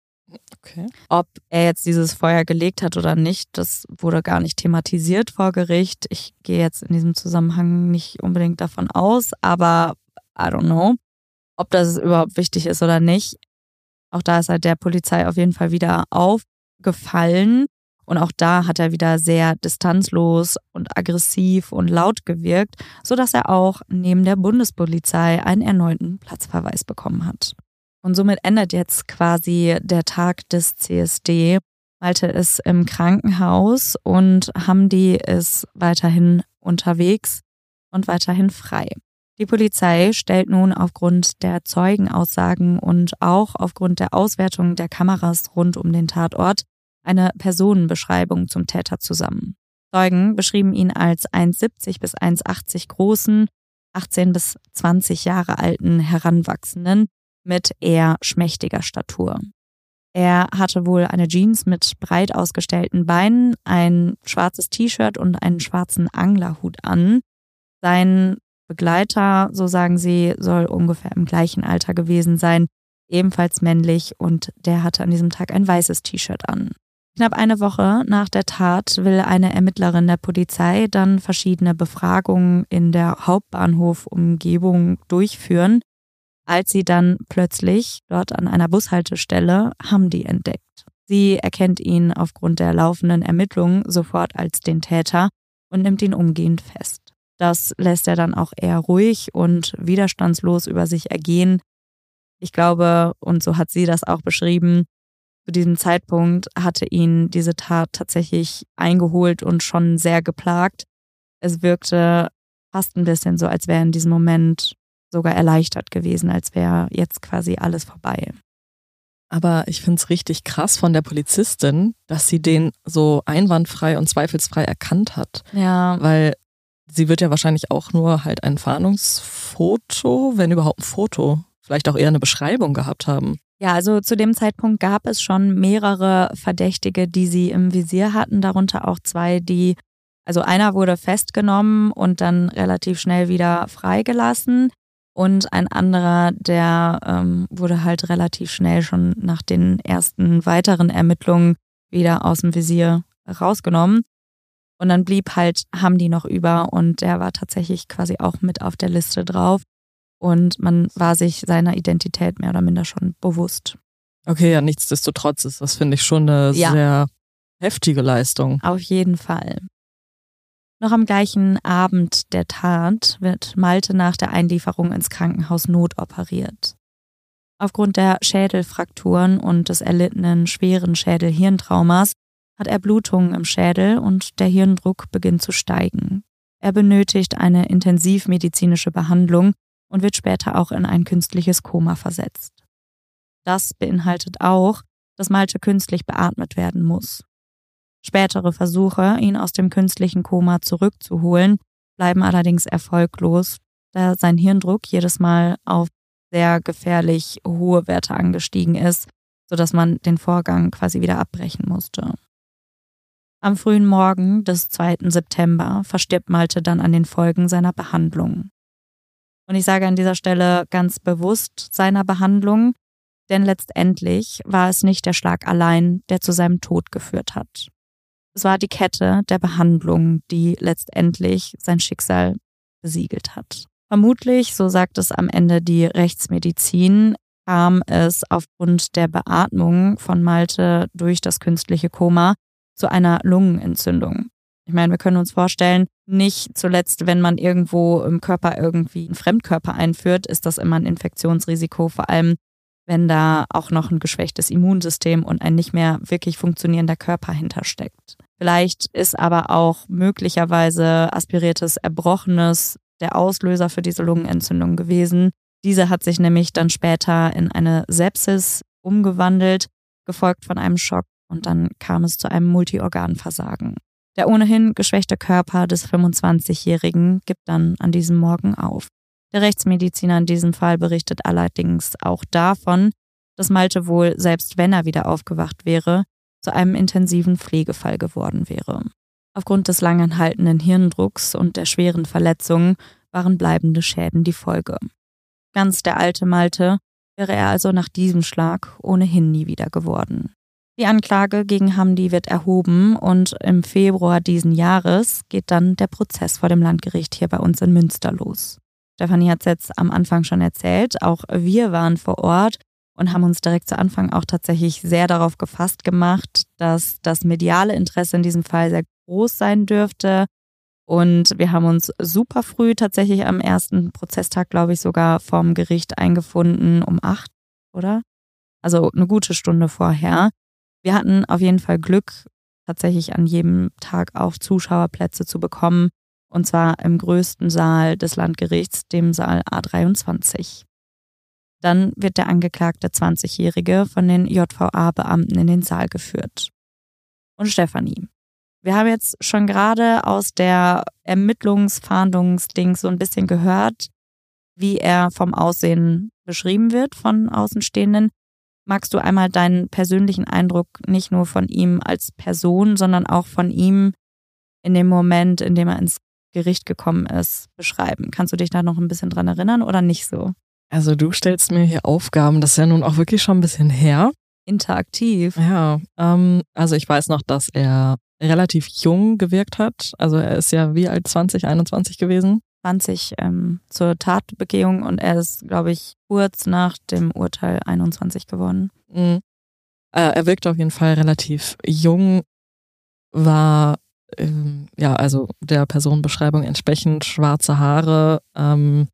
Okay. Ob er jetzt dieses Feuer gelegt hat oder nicht, das wurde gar nicht thematisiert vor Gericht. Ich gehe jetzt in diesem Zusammenhang nicht unbedingt davon aus, aber I don't know, ob das überhaupt wichtig ist oder nicht. Auch da ist halt der Polizei auf jeden Fall wieder aufgefallen. Und auch da hat er wieder sehr distanzlos und aggressiv und laut gewirkt, sodass er auch neben der Bundespolizei einen erneuten Platzverweis bekommen hat. Und somit endet jetzt quasi der Tag des C S D. Malte ist im Krankenhaus und Hamdi ist weiterhin unterwegs und weiterhin frei. Die Polizei stellt nun aufgrund der Zeugenaussagen und auch aufgrund der Auswertung der Kameras rund um den Tatort eine Personenbeschreibung zum Täter zusammen. Zeugen beschrieben ihn als eins Komma siebzig bis eins Komma achtzig großen, achtzehn bis zwanzig Jahre alten Heranwachsenden mit eher schmächtiger Statur. Er hatte wohl eine Jeans mit breit ausgestellten Beinen, ein schwarzes T-Shirt und einen schwarzen Anglerhut an. Sein Begleiter, so sagen sie, soll ungefähr im gleichen Alter gewesen sein, ebenfalls männlich, und der hatte an diesem Tag ein weißes T-Shirt an. Knapp eine Woche nach der Tat will eine Ermittlerin der Polizei dann verschiedene Befragungen in der Hauptbahnhofumgebung durchführen, als sie dann plötzlich dort an einer Bushaltestelle Hamdi entdeckt. Sie erkennt ihn aufgrund der laufenden Ermittlungen sofort als den Täter und nimmt ihn umgehend fest. Das lässt er dann auch eher ruhig und widerstandslos über sich ergehen. Ich glaube, und so hat sie das auch beschrieben, zu diesem Zeitpunkt hatte ihn diese Tat tatsächlich eingeholt und schon sehr geplagt. Es wirkte fast ein bisschen so, als wäre in diesem Moment sogar erleichtert gewesen, als wäre jetzt quasi alles vorbei. Aber ich finde es richtig krass von der Polizistin, dass sie den so einwandfrei und zweifelsfrei erkannt hat. Ja. Weil sie wird ja wahrscheinlich auch nur halt ein Fahndungsfoto, wenn überhaupt ein Foto, vielleicht auch eher eine Beschreibung gehabt haben. Ja, also zu dem Zeitpunkt gab es schon mehrere Verdächtige, die sie im Visier hatten, darunter auch zwei, die, also einer wurde festgenommen und dann relativ schnell wieder freigelassen. Und ein anderer, der ähm, wurde halt relativ schnell schon nach den ersten weiteren Ermittlungen wieder aus dem Visier rausgenommen. Und dann blieb halt Hamdi noch über und der war tatsächlich quasi auch mit auf der Liste drauf. Und man war sich seiner Identität mehr oder minder schon bewusst. Okay, ja, nichtsdestotrotz ist das, finde ich, schon eine Ja. sehr heftige Leistung. Auf jeden Fall. Noch am gleichen Abend der Tat wird Malte nach der Einlieferung ins Krankenhaus notoperiert. Aufgrund der Schädelfrakturen und des erlittenen schweren Schädel-Hirntraumas hat er Blutungen im Schädel und der Hirndruck beginnt zu steigen. Er benötigt eine intensivmedizinische Behandlung und wird später auch in ein künstliches Koma versetzt. Das beinhaltet auch, dass Malte künstlich beatmet werden muss. Spätere Versuche, ihn aus dem künstlichen Koma zurückzuholen, bleiben allerdings erfolglos, da sein Hirndruck jedes Mal auf sehr gefährlich hohe Werte angestiegen ist, sodass man den Vorgang quasi wieder abbrechen musste. Am frühen Morgen des zweiten September verstirbt Malte dann an den Folgen seiner Behandlung. Und ich sage an dieser Stelle ganz bewusst seiner Behandlung, denn letztendlich war es nicht der Schlag allein, der zu seinem Tod geführt hat. Es war die Kette der Behandlung, die letztendlich sein Schicksal besiegelt hat. Vermutlich, so sagt es am Ende die Rechtsmedizin, kam es aufgrund der Beatmung von Malte durch das künstliche Koma zu einer Lungenentzündung. Ich meine, wir können uns vorstellen, nicht zuletzt, wenn man irgendwo im Körper irgendwie einen Fremdkörper einführt, ist das immer ein Infektionsrisiko, vor allem wenn da auch noch ein geschwächtes Immunsystem und ein nicht mehr wirklich funktionierender Körper hintersteckt. Vielleicht ist aber auch möglicherweise aspiriertes Erbrochenes der Auslöser für diese Lungenentzündung gewesen. Diese hat sich nämlich dann später in eine Sepsis umgewandelt, gefolgt von einem Schock, und dann kam es zu einem Multiorganversagen. Der ohnehin geschwächte Körper des fünfundzwanzigjährigen gibt dann an diesem Morgen auf. Der Rechtsmediziner in diesem Fall berichtet allerdings auch davon, dass Malte wohl, selbst wenn er wieder aufgewacht wäre, zu einem intensiven Pflegefall geworden wäre. Aufgrund des langanhaltenden Hirndrucks und der schweren Verletzungen waren bleibende Schäden die Folge. Ganz der alte Malte wäre er also nach diesem Schlag ohnehin nie wieder geworden. Die Anklage gegen Hamdi wird erhoben und im Februar diesen Jahres geht dann der Prozess vor dem Landgericht hier bei uns in Münster los. Stefanie hat es jetzt am Anfang schon erzählt, auch wir waren vor Ort und haben uns direkt zu Anfang auch tatsächlich sehr darauf gefasst gemacht, dass das mediale Interesse in diesem Fall sehr groß sein dürfte. Und wir haben uns super früh tatsächlich am ersten Prozesstag, glaube ich, sogar vorm Gericht eingefunden, um acht, oder? Also eine gute Stunde vorher. Wir hatten auf jeden Fall Glück, tatsächlich an jedem Tag auch Zuschauerplätze zu bekommen. Und zwar im größten Saal des Landgerichts, dem Saal A dreiundzwanzig. Dann wird der angeklagte zwanzigjährige von den J V A-Beamten in den Saal geführt. Und Stefanie, wir haben jetzt schon gerade aus der Ermittlungs-Fahndungsdings so ein bisschen gehört, wie er vom Aussehen beschrieben wird von Außenstehenden. Magst du einmal deinen persönlichen Eindruck nicht nur von ihm als Person, sondern auch von ihm in dem Moment, in dem er ins Gericht gekommen ist, beschreiben? Kannst du dich da noch ein bisschen dran erinnern oder nicht so? Also du stellst mir hier Aufgaben, das ist ja nun auch wirklich schon ein bisschen her. Interaktiv. Ja, ähm, also ich weiß noch, dass er relativ jung gewirkt hat. Also er ist ja wie alt, zwanzig, einundzwanzig gewesen? zwanzig ähm, zur Tatbegehung und er ist, glaube ich, kurz nach dem Urteil einundzwanzig geworden. Mhm. Äh, er wirkte auf jeden Fall relativ jung, war ähm, ja also der Personenbeschreibung entsprechend schwarze Haare. Ähm,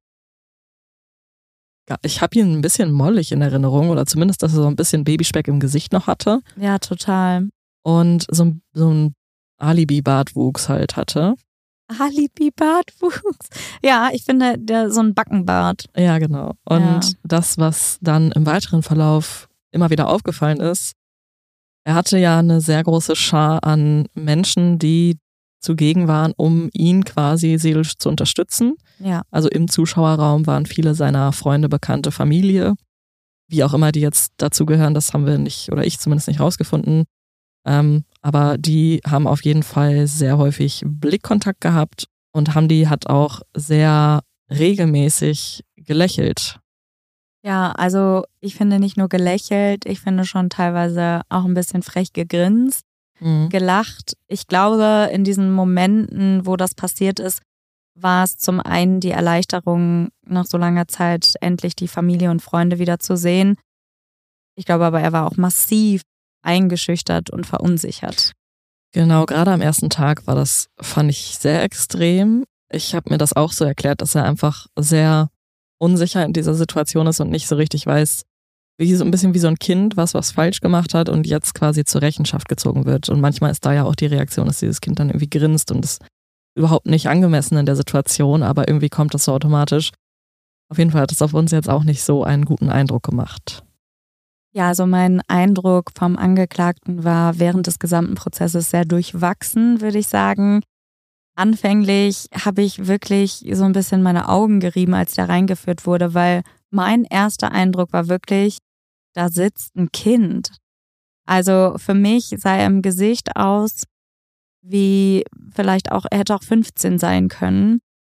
ja, ich habe ihn ein bisschen mollig in Erinnerung oder zumindest, dass er so ein bisschen Babyspeck im Gesicht noch hatte. Ja, total. Und so, ein- so ein Alibi-Bartwuchs halt hatte. Alibi-Bartwuchs. Ja, ich finde, der so ein Backenbart. Ja, genau. Und Ja. das, was dann im weiteren Verlauf immer wieder aufgefallen ist, er hatte ja eine sehr große Schar an Menschen, die zugegen waren, um ihn quasi seelisch zu unterstützen. Ja. Also im Zuschauerraum waren viele seiner Freunde, Bekannte, Familie. Wie auch immer die jetzt dazugehören, das haben wir nicht, oder ich zumindest nicht rausgefunden. Ähm, aber die haben auf jeden Fall sehr häufig Blickkontakt gehabt und Hamdi hat auch sehr regelmäßig gelächelt. Ja, also ich finde nicht nur gelächelt, ich finde schon teilweise auch ein bisschen frech gegrinst, Mhm. gelacht. Ich glaube, in diesen Momenten, wo das passiert ist, war es zum einen die Erleichterung, nach so langer Zeit endlich die Familie und Freunde wieder zu sehen. Ich glaube aber, er war auch massiv eingeschüchtert und verunsichert. Genau, gerade am ersten Tag war das, fand ich, sehr extrem. Ich habe mir das auch so erklärt, dass er einfach sehr unsicher in dieser Situation ist und nicht so richtig weiß, wie so ein bisschen wie so ein Kind, was was falsch gemacht hat und jetzt quasi zur Rechenschaft gezogen wird. Und manchmal ist da ja auch die Reaktion, dass dieses Kind dann irgendwie grinst und ist überhaupt nicht angemessen in der Situation, aber irgendwie kommt das so automatisch. Auf jeden Fall hat es auf uns jetzt auch nicht so einen guten Eindruck gemacht. Ja, also mein Eindruck vom Angeklagten war während des gesamten Prozesses sehr durchwachsen, würde ich sagen. Anfänglich habe ich wirklich so ein bisschen meine Augen gerieben, als der reingeführt wurde, weil mein erster Eindruck war wirklich, da sitzt ein Kind. Also für mich sah er im Gesicht aus, wie vielleicht auch, er hätte auch fünfzehn sein können.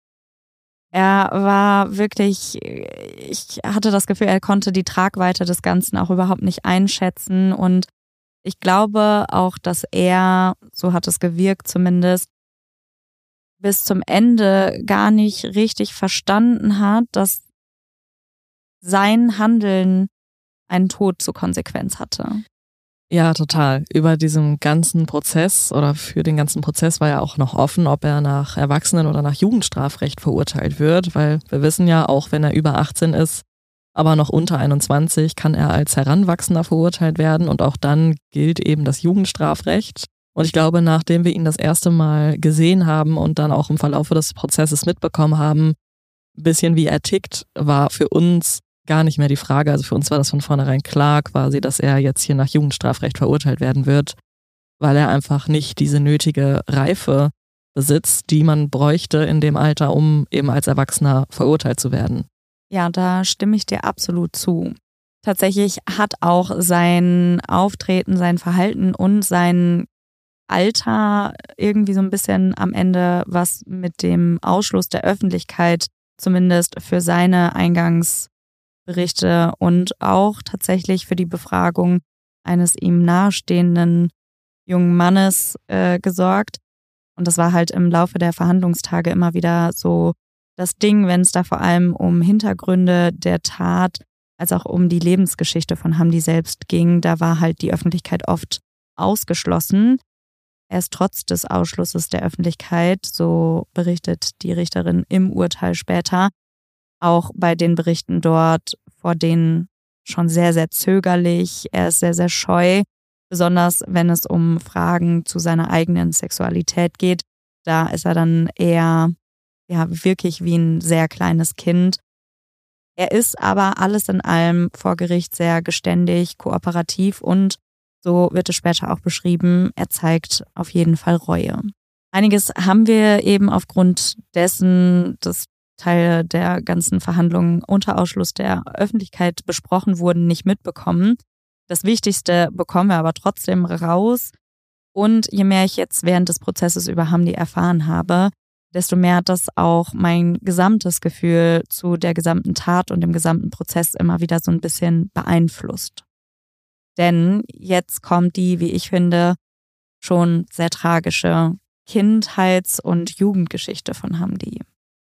Er war wirklich, ich hatte das Gefühl, er konnte die Tragweite des Ganzen auch überhaupt nicht einschätzen und ich glaube auch, dass er, so hat es gewirkt zumindest, bis zum Ende gar nicht richtig verstanden hat, dass sein Handeln einen Tod zur Konsequenz hatte. Ja, total. Über diesen ganzen Prozess oder für den ganzen Prozess war ja auch noch offen, ob er nach Erwachsenen- oder nach Jugendstrafrecht verurteilt wird, weil wir wissen ja, auch wenn er über achtzehn ist, aber noch unter einundzwanzig, kann er als Heranwachsender verurteilt werden und auch dann gilt eben das Jugendstrafrecht. Und ich glaube, nachdem wir ihn das erste Mal gesehen haben und dann auch im Verlauf des Prozesses mitbekommen haben, ein bisschen wie er tickt, war für uns gar nicht mehr die Frage. Also für uns war das von vornherein klar quasi, dass er jetzt hier nach Jugendstrafrecht verurteilt werden wird, weil er einfach nicht diese nötige Reife besitzt, die man bräuchte in dem Alter, um eben als Erwachsener verurteilt zu werden. Ja, da stimme ich dir absolut zu. Tatsächlich hat auch sein Auftreten, sein Verhalten und sein Alter irgendwie so ein bisschen am Ende was mit dem Ausschluss der Öffentlichkeit, zumindest für seine Eingangsberichte und auch tatsächlich für die Befragung eines ihm nahestehenden jungen Mannes äh, gesorgt. Und das war halt im Laufe der Verhandlungstage immer wieder so das Ding, wenn es da vor allem um Hintergründe der Tat als auch um die Lebensgeschichte von Hamdi selbst ging. Da war halt die Öffentlichkeit oft ausgeschlossen. Erst trotz des Ausschlusses der Öffentlichkeit, so berichtet die Richterin im Urteil später, auch bei den Berichten dort, vor denen schon sehr, sehr zögerlich, er ist sehr, sehr scheu, besonders wenn es um Fragen zu seiner eigenen Sexualität geht. Da ist er dann eher ja wirklich wie ein sehr kleines Kind. Er ist aber alles in allem vor Gericht sehr geständig, kooperativ und so wird es später auch beschrieben, er zeigt auf jeden Fall Reue. Einiges haben wir eben aufgrund dessen, dass Teile der ganzen Verhandlungen unter Ausschluss der Öffentlichkeit besprochen wurden, nicht mitbekommen. Das Wichtigste bekommen wir aber trotzdem raus. Und je mehr ich jetzt während des Prozesses über Hamdi erfahren habe, desto mehr hat das auch mein gesamtes Gefühl zu der gesamten Tat und dem gesamten Prozess immer wieder so ein bisschen beeinflusst. Denn jetzt kommt die, wie ich finde, schon sehr tragische Kindheits- und Jugendgeschichte von Hamdi.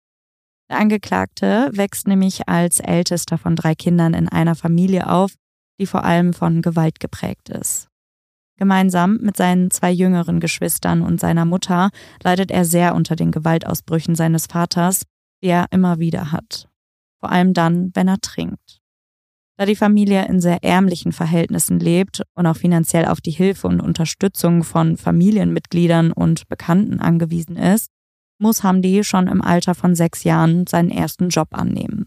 Der Angeklagte wächst nämlich als ältester von drei Kindern in einer Familie auf, die vor allem von Gewalt geprägt ist. Gemeinsam mit seinen zwei jüngeren Geschwistern und seiner Mutter leidet er sehr unter den Gewaltausbrüchen seines Vaters, die er immer wieder hat. Vor allem dann, wenn er trinkt. Da die Familie in sehr ärmlichen Verhältnissen lebt und auch finanziell auf die Hilfe und Unterstützung von Familienmitgliedern und Bekannten angewiesen ist, muss Hamdi schon im Alter von sechs Jahren seinen ersten Job annehmen.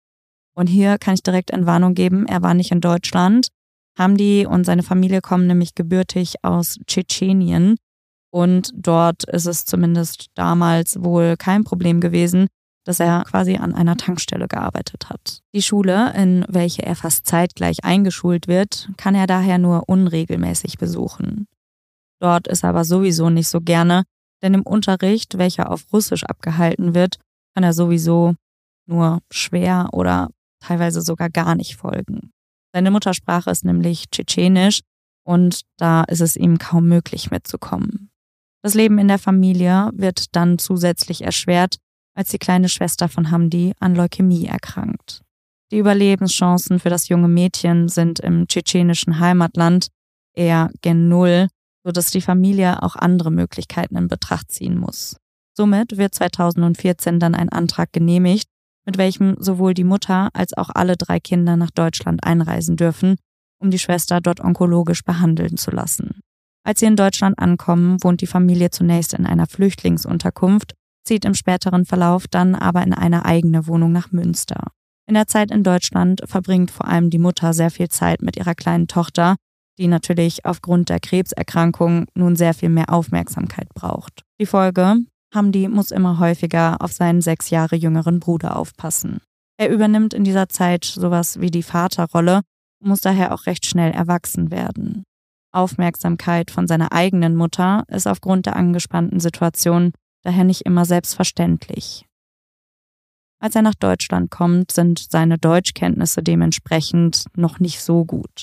Und hier kann ich direkt Entwarnung geben, er war nicht in Deutschland. Hamdi und seine Familie kommen nämlich gebürtig aus Tschetschenien und dort ist es zumindest damals wohl kein Problem gewesen, dass er quasi an einer Tankstelle gearbeitet hat. Die Schule, in welche er fast zeitgleich eingeschult wird, kann er daher nur unregelmäßig besuchen. Dort ist er aber sowieso nicht so gerne, denn im Unterricht, welcher auf Russisch abgehalten wird, kann er sowieso nur schwer oder teilweise sogar gar nicht folgen. Seine Muttersprache ist nämlich Tschetschenisch und da ist es ihm kaum möglich mitzukommen. Das Leben in der Familie wird dann zusätzlich erschwert, als die kleine Schwester von Hamdi an Leukämie erkrankt. Die Überlebenschancen für das junge Mädchen sind im tschetschenischen Heimatland eher gen Null, sodass die Familie auch andere Möglichkeiten in Betracht ziehen muss. Somit wird zweitausendvierzehn dann ein Antrag genehmigt, mit welchem sowohl die Mutter als auch alle drei Kinder nach Deutschland einreisen dürfen, um die Schwester dort onkologisch behandeln zu lassen. Als sie in Deutschland ankommen, wohnt die Familie zunächst in einer Flüchtlingsunterkunft, zieht im späteren Verlauf dann aber in eine eigene Wohnung nach Münster. In der Zeit in Deutschland verbringt vor allem die Mutter sehr viel Zeit mit ihrer kleinen Tochter, die natürlich aufgrund der Krebserkrankung nun sehr viel mehr Aufmerksamkeit braucht. Die Folge: Hamdi muss immer häufiger auf seinen sechs Jahre jüngeren Bruder aufpassen. Er übernimmt in dieser Zeit sowas wie die Vaterrolle und muss daher auch recht schnell erwachsen werden. Aufmerksamkeit von seiner eigenen Mutter ist aufgrund der angespannten Situation daher nicht immer selbstverständlich. Als er nach Deutschland kommt, sind seine Deutschkenntnisse dementsprechend noch nicht so gut.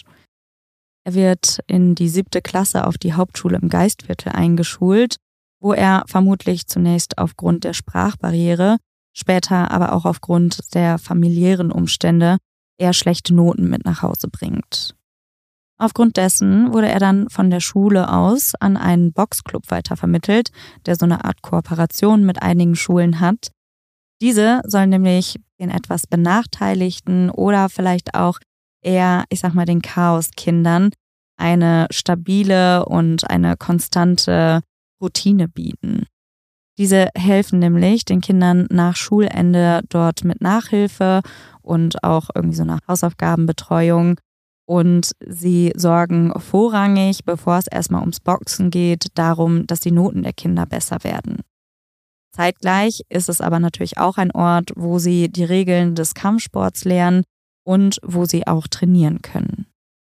Er wird in die siebte Klasse auf die Hauptschule im Geistviertel eingeschult, wo er vermutlich zunächst aufgrund der Sprachbarriere, später aber auch aufgrund der familiären Umstände eher schlechte Noten mit nach Hause bringt. Aufgrund dessen wurde er dann von der Schule aus an einen Boxclub weitervermittelt, der so eine Art Kooperation mit einigen Schulen hat. Diese sollen nämlich den etwas benachteiligten oder vielleicht auch eher, ich sag mal, den Chaoskindern eine stabile und eine konstante Routine bieten. Diese helfen nämlich den Kindern nach Schulende dort mit Nachhilfe und auch irgendwie so einer Hausaufgabenbetreuung. Und sie sorgen vorrangig, bevor es erstmal ums Boxen geht, darum, dass die Noten der Kinder besser werden. Zeitgleich ist es aber natürlich auch ein Ort, wo sie die Regeln des Kampfsports lernen und wo sie auch trainieren können.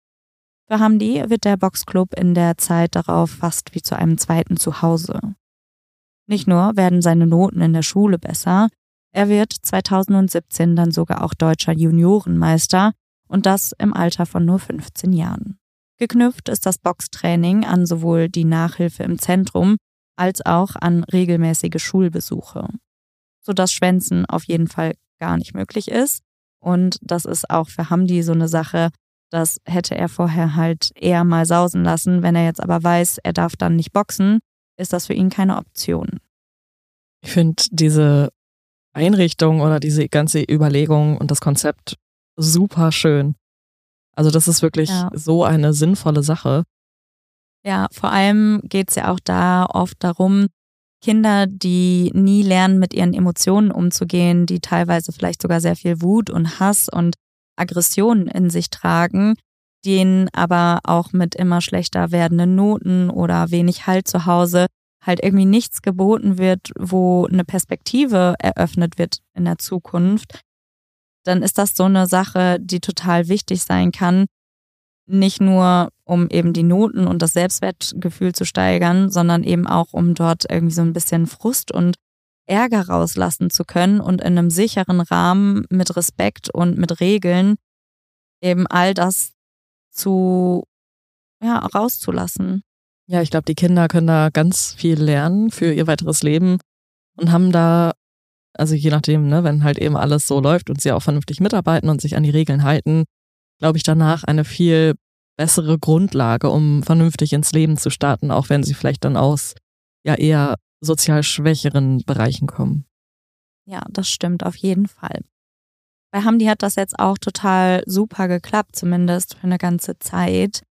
Für Hamdi wird der Boxclub in der Zeit darauf fast wie zu einem zweiten Zuhause. Nicht nur werden seine Noten in der Schule besser, er wird zweitausendsiebzehn dann sogar auch deutscher Juniorenmeister und das im Alter von nur fünfzehn Jahren. Geknüpft ist das Boxtraining an sowohl die Nachhilfe im Zentrum als auch an regelmäßige Schulbesuche, sodass Schwänzen auf jeden Fall gar nicht möglich ist. Und das ist auch für Hamdi so eine Sache, das hätte er vorher halt eher mal sausen lassen. Wenn er jetzt aber weiß, er darf dann nicht boxen, ist das für ihn keine Option. Ich finde diese Einrichtung oder diese ganze Überlegung und das Konzept super schön. Also das ist wirklich ja. so eine sinnvolle Sache. Ja, vor allem geht es ja auch da oft darum, Kinder, die nie lernen, mit ihren Emotionen umzugehen, die teilweise vielleicht sogar sehr viel Wut und Hass und Aggressionen in sich tragen, denen aber auch mit immer schlechter werdenden Noten oder wenig Halt zu Hause halt irgendwie nichts geboten wird, wo eine Perspektive eröffnet wird in der Zukunft, dann ist das so eine Sache, die total wichtig sein kann, nicht nur um eben die Noten und das Selbstwertgefühl zu steigern, sondern eben auch um dort irgendwie so ein bisschen Frust und Ärger rauslassen zu können und in einem sicheren Rahmen mit Respekt und mit Regeln eben all das zu, ja, rauszulassen. Ja, ich glaube, die Kinder können da ganz viel lernen für ihr weiteres Leben und haben da, also je nachdem, ne, wenn halt eben alles so läuft und sie auch vernünftig mitarbeiten und sich an die Regeln halten, glaube ich, danach eine viel bessere Grundlage, um vernünftig ins Leben zu starten, auch wenn sie vielleicht dann aus ja eher sozial schwächeren Bereichen kommen. Ja, das stimmt auf jeden Fall. Bei Hamdi hat das jetzt auch total super geklappt, zumindest für eine ganze Zeit.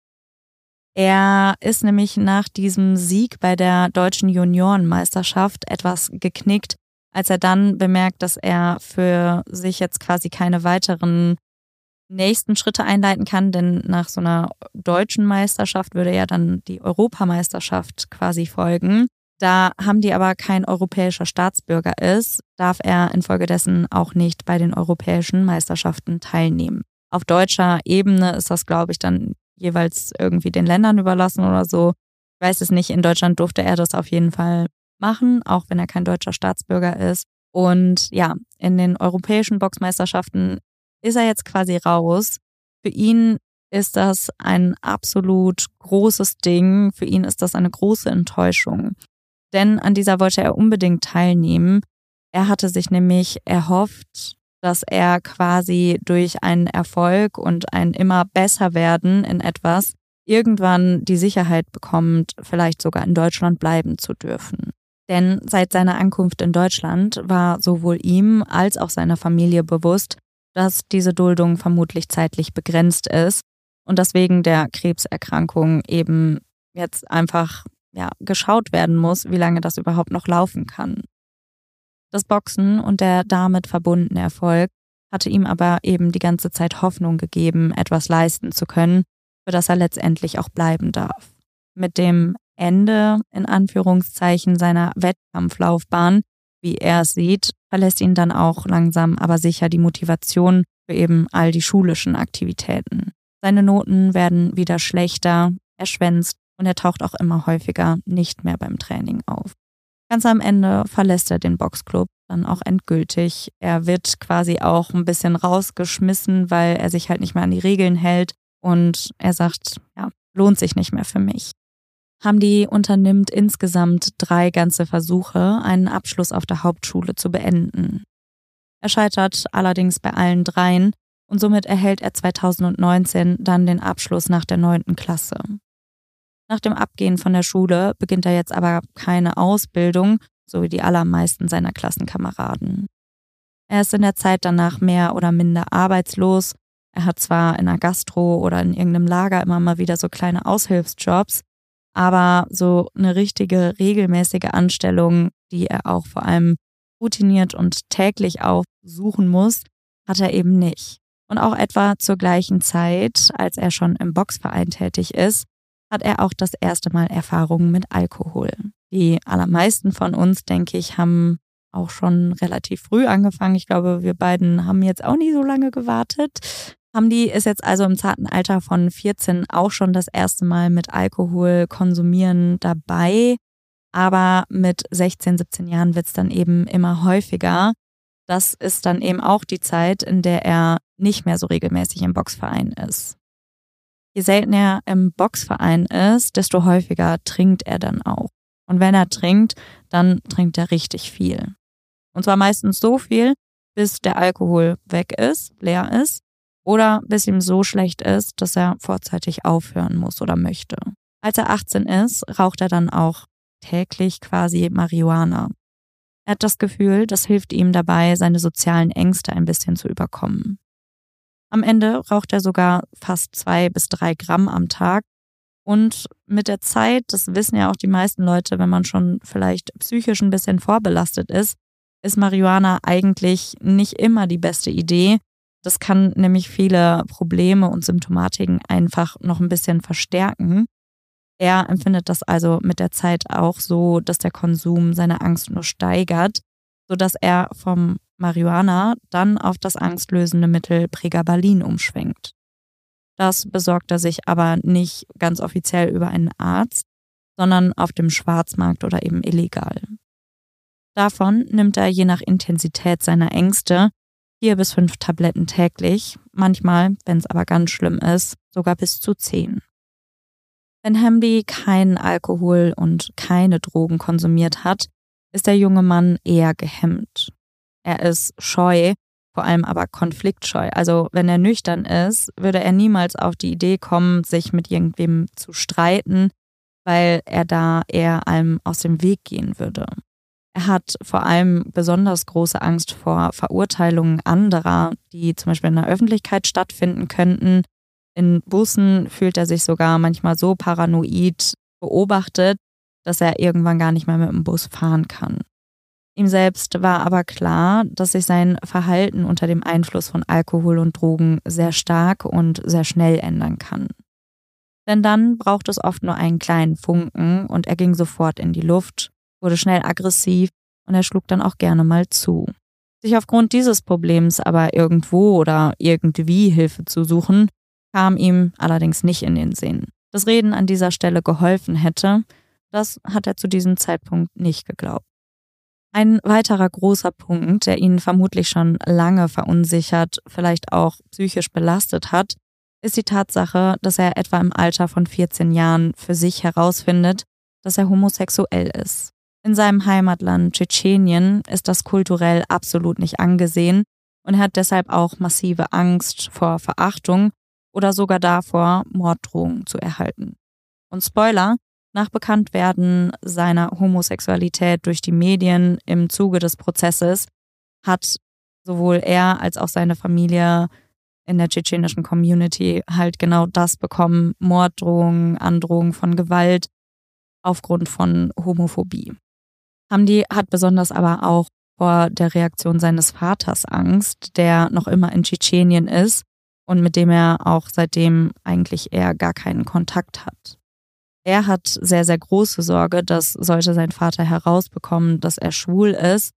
Er ist nämlich nach diesem Sieg bei der deutschen Juniorenmeisterschaft etwas geknickt, als er dann bemerkt, dass er für sich jetzt quasi keine weiteren nächsten Schritte einleiten kann, denn nach so einer deutschen Meisterschaft würde ja dann die Europameisterschaft quasi folgen. Da Hamdi aber kein europäischer Staatsbürger ist, darf er infolgedessen auch nicht bei den europäischen Meisterschaften teilnehmen. Auf deutscher Ebene ist das, glaube ich, dann jeweils irgendwie den Ländern überlassen oder so. Ich weiß es nicht, in Deutschland durfte er das auf jeden Fall machen, auch wenn er kein deutscher Staatsbürger ist. Und ja, in den europäischen Boxmeisterschaften ist er jetzt quasi raus. Für ihn ist das ein absolut großes Ding. Für ihn ist das eine große Enttäuschung. Denn an dieser wollte er unbedingt teilnehmen. Er hatte sich nämlich erhofft, dass er quasi durch einen Erfolg und ein immer besser werden in etwas irgendwann die Sicherheit bekommt, vielleicht sogar in Deutschland bleiben zu dürfen. Denn seit seiner Ankunft in Deutschland war sowohl ihm als auch seiner Familie bewusst, dass diese Duldung vermutlich zeitlich begrenzt ist und dass wegen der Krebserkrankung eben jetzt einfach ja, geschaut werden muss, wie lange das überhaupt noch laufen kann. Das Boxen und der damit verbundene Erfolg hatte ihm aber eben die ganze Zeit Hoffnung gegeben, etwas leisten zu können, für das er letztendlich auch bleiben darf. Mit dem Ende, in Anführungszeichen, seiner Wettkampflaufbahn, wie er es sieht, verlässt ihn dann auch langsam aber sicher die Motivation für eben all die schulischen Aktivitäten. Seine Noten werden wieder schlechter, er schwänzt und er taucht auch immer häufiger nicht mehr beim Training auf. Ganz am Ende verlässt er den Boxclub dann auch endgültig. Er wird quasi auch ein bisschen rausgeschmissen, weil er sich halt nicht mehr an die Regeln hält und er sagt, ja, lohnt sich nicht mehr für mich. Hamdi unternimmt insgesamt drei ganze Versuche, einen Abschluss auf der Hauptschule zu beenden. Er scheitert allerdings bei allen dreien und somit erhält er zweitausendneunzehn dann den Abschluss nach der neunten Klasse. Nach dem Abgehen von der Schule beginnt er jetzt aber keine Ausbildung, so wie die allermeisten seiner Klassenkameraden. Er ist in der Zeit danach mehr oder minder arbeitslos. Er hat zwar in einer Gastro oder in irgendeinem Lager immer mal wieder so kleine Aushilfsjobs, aber so eine richtige, regelmäßige Anstellung, die er auch vor allem routiniert und täglich aufsuchen muss, hat er eben nicht. Und auch etwa zur gleichen Zeit, als er schon im Boxverein tätig ist, hat er auch das erste Mal Erfahrungen mit Alkohol. Die allermeisten von uns, denke ich, haben auch schon relativ früh angefangen. Ich glaube, wir beiden haben jetzt auch nie so lange gewartet. Hamdi ist jetzt also im zarten Alter von vierzehn auch schon das erste Mal mit Alkohol konsumieren dabei. Aber mit sechzehn, siebzehn Jahren wird es dann eben immer häufiger. Das ist dann eben auch die Zeit, in der er nicht mehr so regelmäßig im Boxverein ist. Je seltener er im Boxverein ist, desto häufiger trinkt er dann auch. Und wenn er trinkt, dann trinkt er richtig viel. Und zwar meistens so viel, bis der Alkohol weg ist, leer ist, oder bis ihm so schlecht ist, dass er vorzeitig aufhören muss oder möchte. Als er achtzehn ist, raucht er dann auch täglich quasi Marihuana. Er hat das Gefühl, das hilft ihm dabei, seine sozialen Ängste ein bisschen zu überkommen. Am Ende raucht er sogar fast zwei bis drei Gramm am Tag. Und mit der Zeit, das wissen ja auch die meisten Leute, wenn man schon vielleicht psychisch ein bisschen vorbelastet ist, ist Marihuana eigentlich nicht immer die beste Idee. Das kann nämlich viele Probleme und Symptomatiken einfach noch ein bisschen verstärken. Er empfindet das also mit der Zeit auch so, dass der Konsum seine Angst nur steigert, sodass er vom Marihuana dann auf das angstlösende Mittel Pregabalin umschwenkt. Das besorgt er sich aber nicht ganz offiziell über einen Arzt, sondern auf dem Schwarzmarkt oder eben illegal. Davon nimmt er je nach Intensität seiner Ängste vier bis fünf Tabletten täglich, manchmal, wenn es aber ganz schlimm ist, sogar bis zu zehn. Wenn Hamdi keinen Alkohol und keine Drogen konsumiert hat, ist der junge Mann eher gehemmt. Er ist scheu, vor allem aber konfliktscheu. Also wenn er nüchtern ist, würde er niemals auf die Idee kommen, sich mit irgendwem zu streiten, weil er da eher allem aus dem Weg gehen würde. Er hat vor allem besonders große Angst vor Verurteilungen anderer, die zum Beispiel in der Öffentlichkeit stattfinden könnten. In Bussen fühlt er sich sogar manchmal so paranoid beobachtet, dass er irgendwann gar nicht mehr mit dem Bus fahren kann. Ihm selbst war aber klar, dass sich sein Verhalten unter dem Einfluss von Alkohol und Drogen sehr stark und sehr schnell ändern kann. Denn dann braucht es oft nur einen kleinen Funken und er ging sofort in die Luft, wurde schnell aggressiv und er schlug dann auch gerne mal zu. Sich aufgrund dieses Problems aber irgendwo oder irgendwie Hilfe zu suchen, kam ihm allerdings nicht in den Sinn. Dass Reden an dieser Stelle geholfen hätte, das hat er zu diesem Zeitpunkt nicht geglaubt. Ein weiterer großer Punkt, der ihn vermutlich schon lange verunsichert, vielleicht auch psychisch belastet hat, ist die Tatsache, dass er etwa im Alter von vierzehn Jahren für sich herausfindet, dass er homosexuell ist. In seinem Heimatland Tschetschenien ist das kulturell absolut nicht angesehen und er hat deshalb auch massive Angst vor Verachtung oder sogar davor, Morddrohungen zu erhalten. Und Spoiler, nach Bekanntwerden seiner Homosexualität durch die Medien im Zuge des Prozesses hat sowohl er als auch seine Familie in der tschetschenischen Community halt genau das bekommen, Morddrohungen, Androhungen von Gewalt aufgrund von Homophobie. Hamdi hat besonders aber auch vor der Reaktion seines Vaters Angst, der noch immer in Tschetschenien ist und mit dem er auch seitdem eigentlich eher gar keinen Kontakt hat. Er hat sehr, sehr große Sorge, dass sollte sein Vater herausbekommen, dass er schwul ist,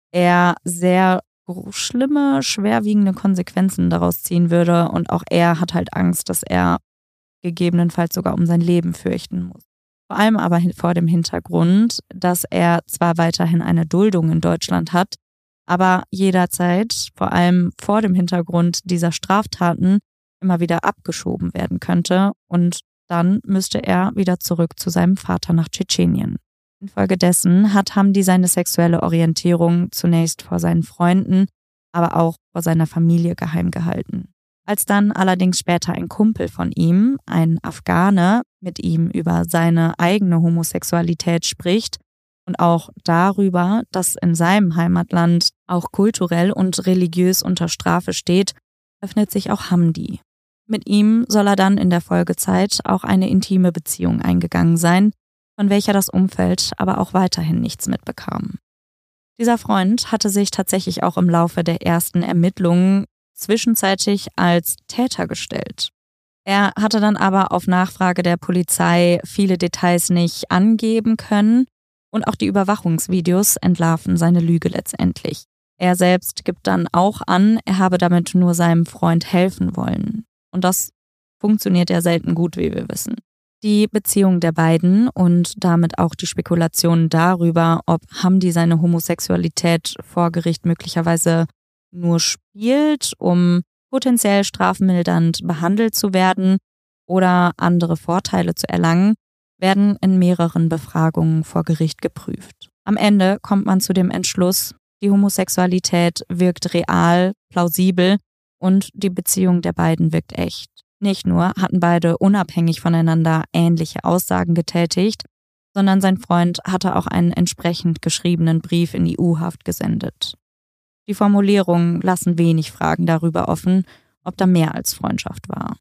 er sehr schlimme, schwerwiegende Konsequenzen daraus ziehen würde und auch er hat halt Angst, dass er gegebenenfalls sogar um sein Leben fürchten muss. Vor allem aber vor dem Hintergrund, dass er zwar weiterhin eine Duldung in Deutschland hat, aber jederzeit, vor allem vor dem Hintergrund dieser Straftaten, immer wieder abgeschoben werden könnte und dann müsste er wieder zurück zu seinem Vater nach Tschetschenien. Infolgedessen hat Hamdi seine sexuelle Orientierung zunächst vor seinen Freunden, aber auch vor seiner Familie geheim gehalten. Als dann allerdings später ein Kumpel von ihm, ein Afghane, mit ihm über seine eigene Homosexualität spricht und auch darüber, dass in seinem Heimatland auch kulturell und religiös unter Strafe steht, öffnet sich auch Hamdi. Mit ihm soll er dann in der Folgezeit auch eine intime Beziehung eingegangen sein, von welcher das Umfeld aber auch weiterhin nichts mitbekam. Dieser Freund hatte sich tatsächlich auch im Laufe der ersten Ermittlungen zwischenzeitlich als Täter gestellt. Er hatte dann aber auf Nachfrage der Polizei viele Details nicht angeben können und auch die Überwachungsvideos entlarven seine Lüge letztendlich. Er selbst gibt dann auch an, er habe damit nur seinem Freund helfen wollen. Und das funktioniert ja selten gut, wie wir wissen. Die Beziehung der beiden und damit auch die Spekulationen darüber, ob Hamdi seine Homosexualität vor Gericht möglicherweise nur spielt, um potenziell strafmildernd behandelt zu werden oder andere Vorteile zu erlangen, werden in mehreren Befragungen vor Gericht geprüft. Am Ende kommt man zu dem Entschluss, die Homosexualität wirkt real, plausibel und die Beziehung der beiden wirkt echt. Nicht nur hatten beide unabhängig voneinander ähnliche Aussagen getätigt, sondern sein Freund hatte auch einen entsprechend geschriebenen Brief in die U-Haft gesendet. Die Formulierungen lassen wenig Fragen darüber offen, ob da mehr als Freundschaft war.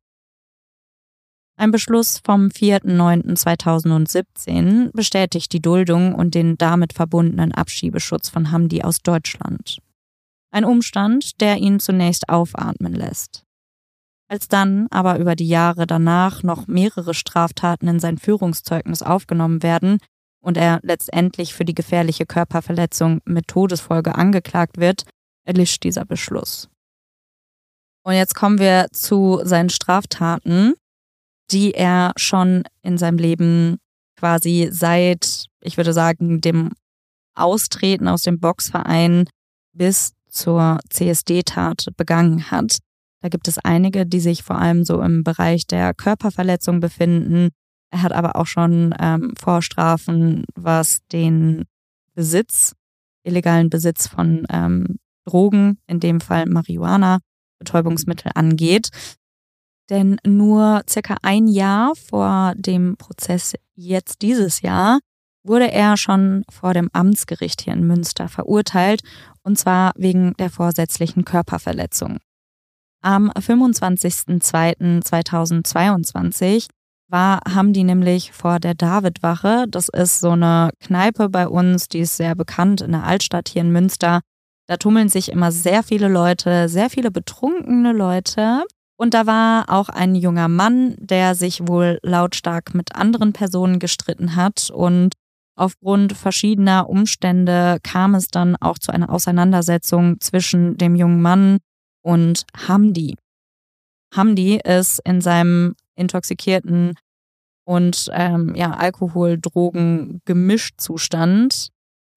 Ein Beschluss vom vierten neunten zweitausendsiebzehn bestätigt die Duldung und den damit verbundenen Abschiebeschutz von Hamdi aus Deutschland. Ein Umstand, der ihn zunächst aufatmen lässt. Als dann aber über die Jahre danach noch mehrere Straftaten in sein Führungszeugnis aufgenommen werden und er letztendlich für die gefährliche Körperverletzung mit Todesfolge angeklagt wird, erlischt dieser Beschluss. Und jetzt kommen wir zu seinen Straftaten, die er schon in seinem Leben quasi seit, ich würde sagen, dem Austreten aus dem Boxverein bis zur C S D-Tat begangen hat. Da gibt es einige, die sich vor allem so im Bereich der Körperverletzung befinden. Er hat aber auch schon ähm, Vorstrafen, was den Besitz, illegalen Besitz von ähm, Drogen, in dem Fall Marihuana, Betäubungsmittel angeht. Denn nur circa ein Jahr vor dem Prozess jetzt dieses Jahr wurde er schon vor dem Amtsgericht hier in Münster verurteilt, und zwar wegen der vorsätzlichen Körperverletzung. Am fünfundzwanzigsten zweiten zweitausendzweiundzwanzig war Hamdi nämlich vor der Davidwache. Das ist so eine Kneipe bei uns, die ist sehr bekannt in der Altstadt hier in Münster. Da tummeln sich immer sehr viele Leute, sehr viele betrunkene Leute. Und da war auch ein junger Mann, der sich wohl lautstark mit anderen Personen gestritten hat. Und aufgrund verschiedener Umstände kam es dann auch zu einer Auseinandersetzung zwischen dem jungen Mann und Hamdi. Hamdi ist in seinem intoxikierten und ähm, ja, Alkohol-Drogen-Gemischtzustand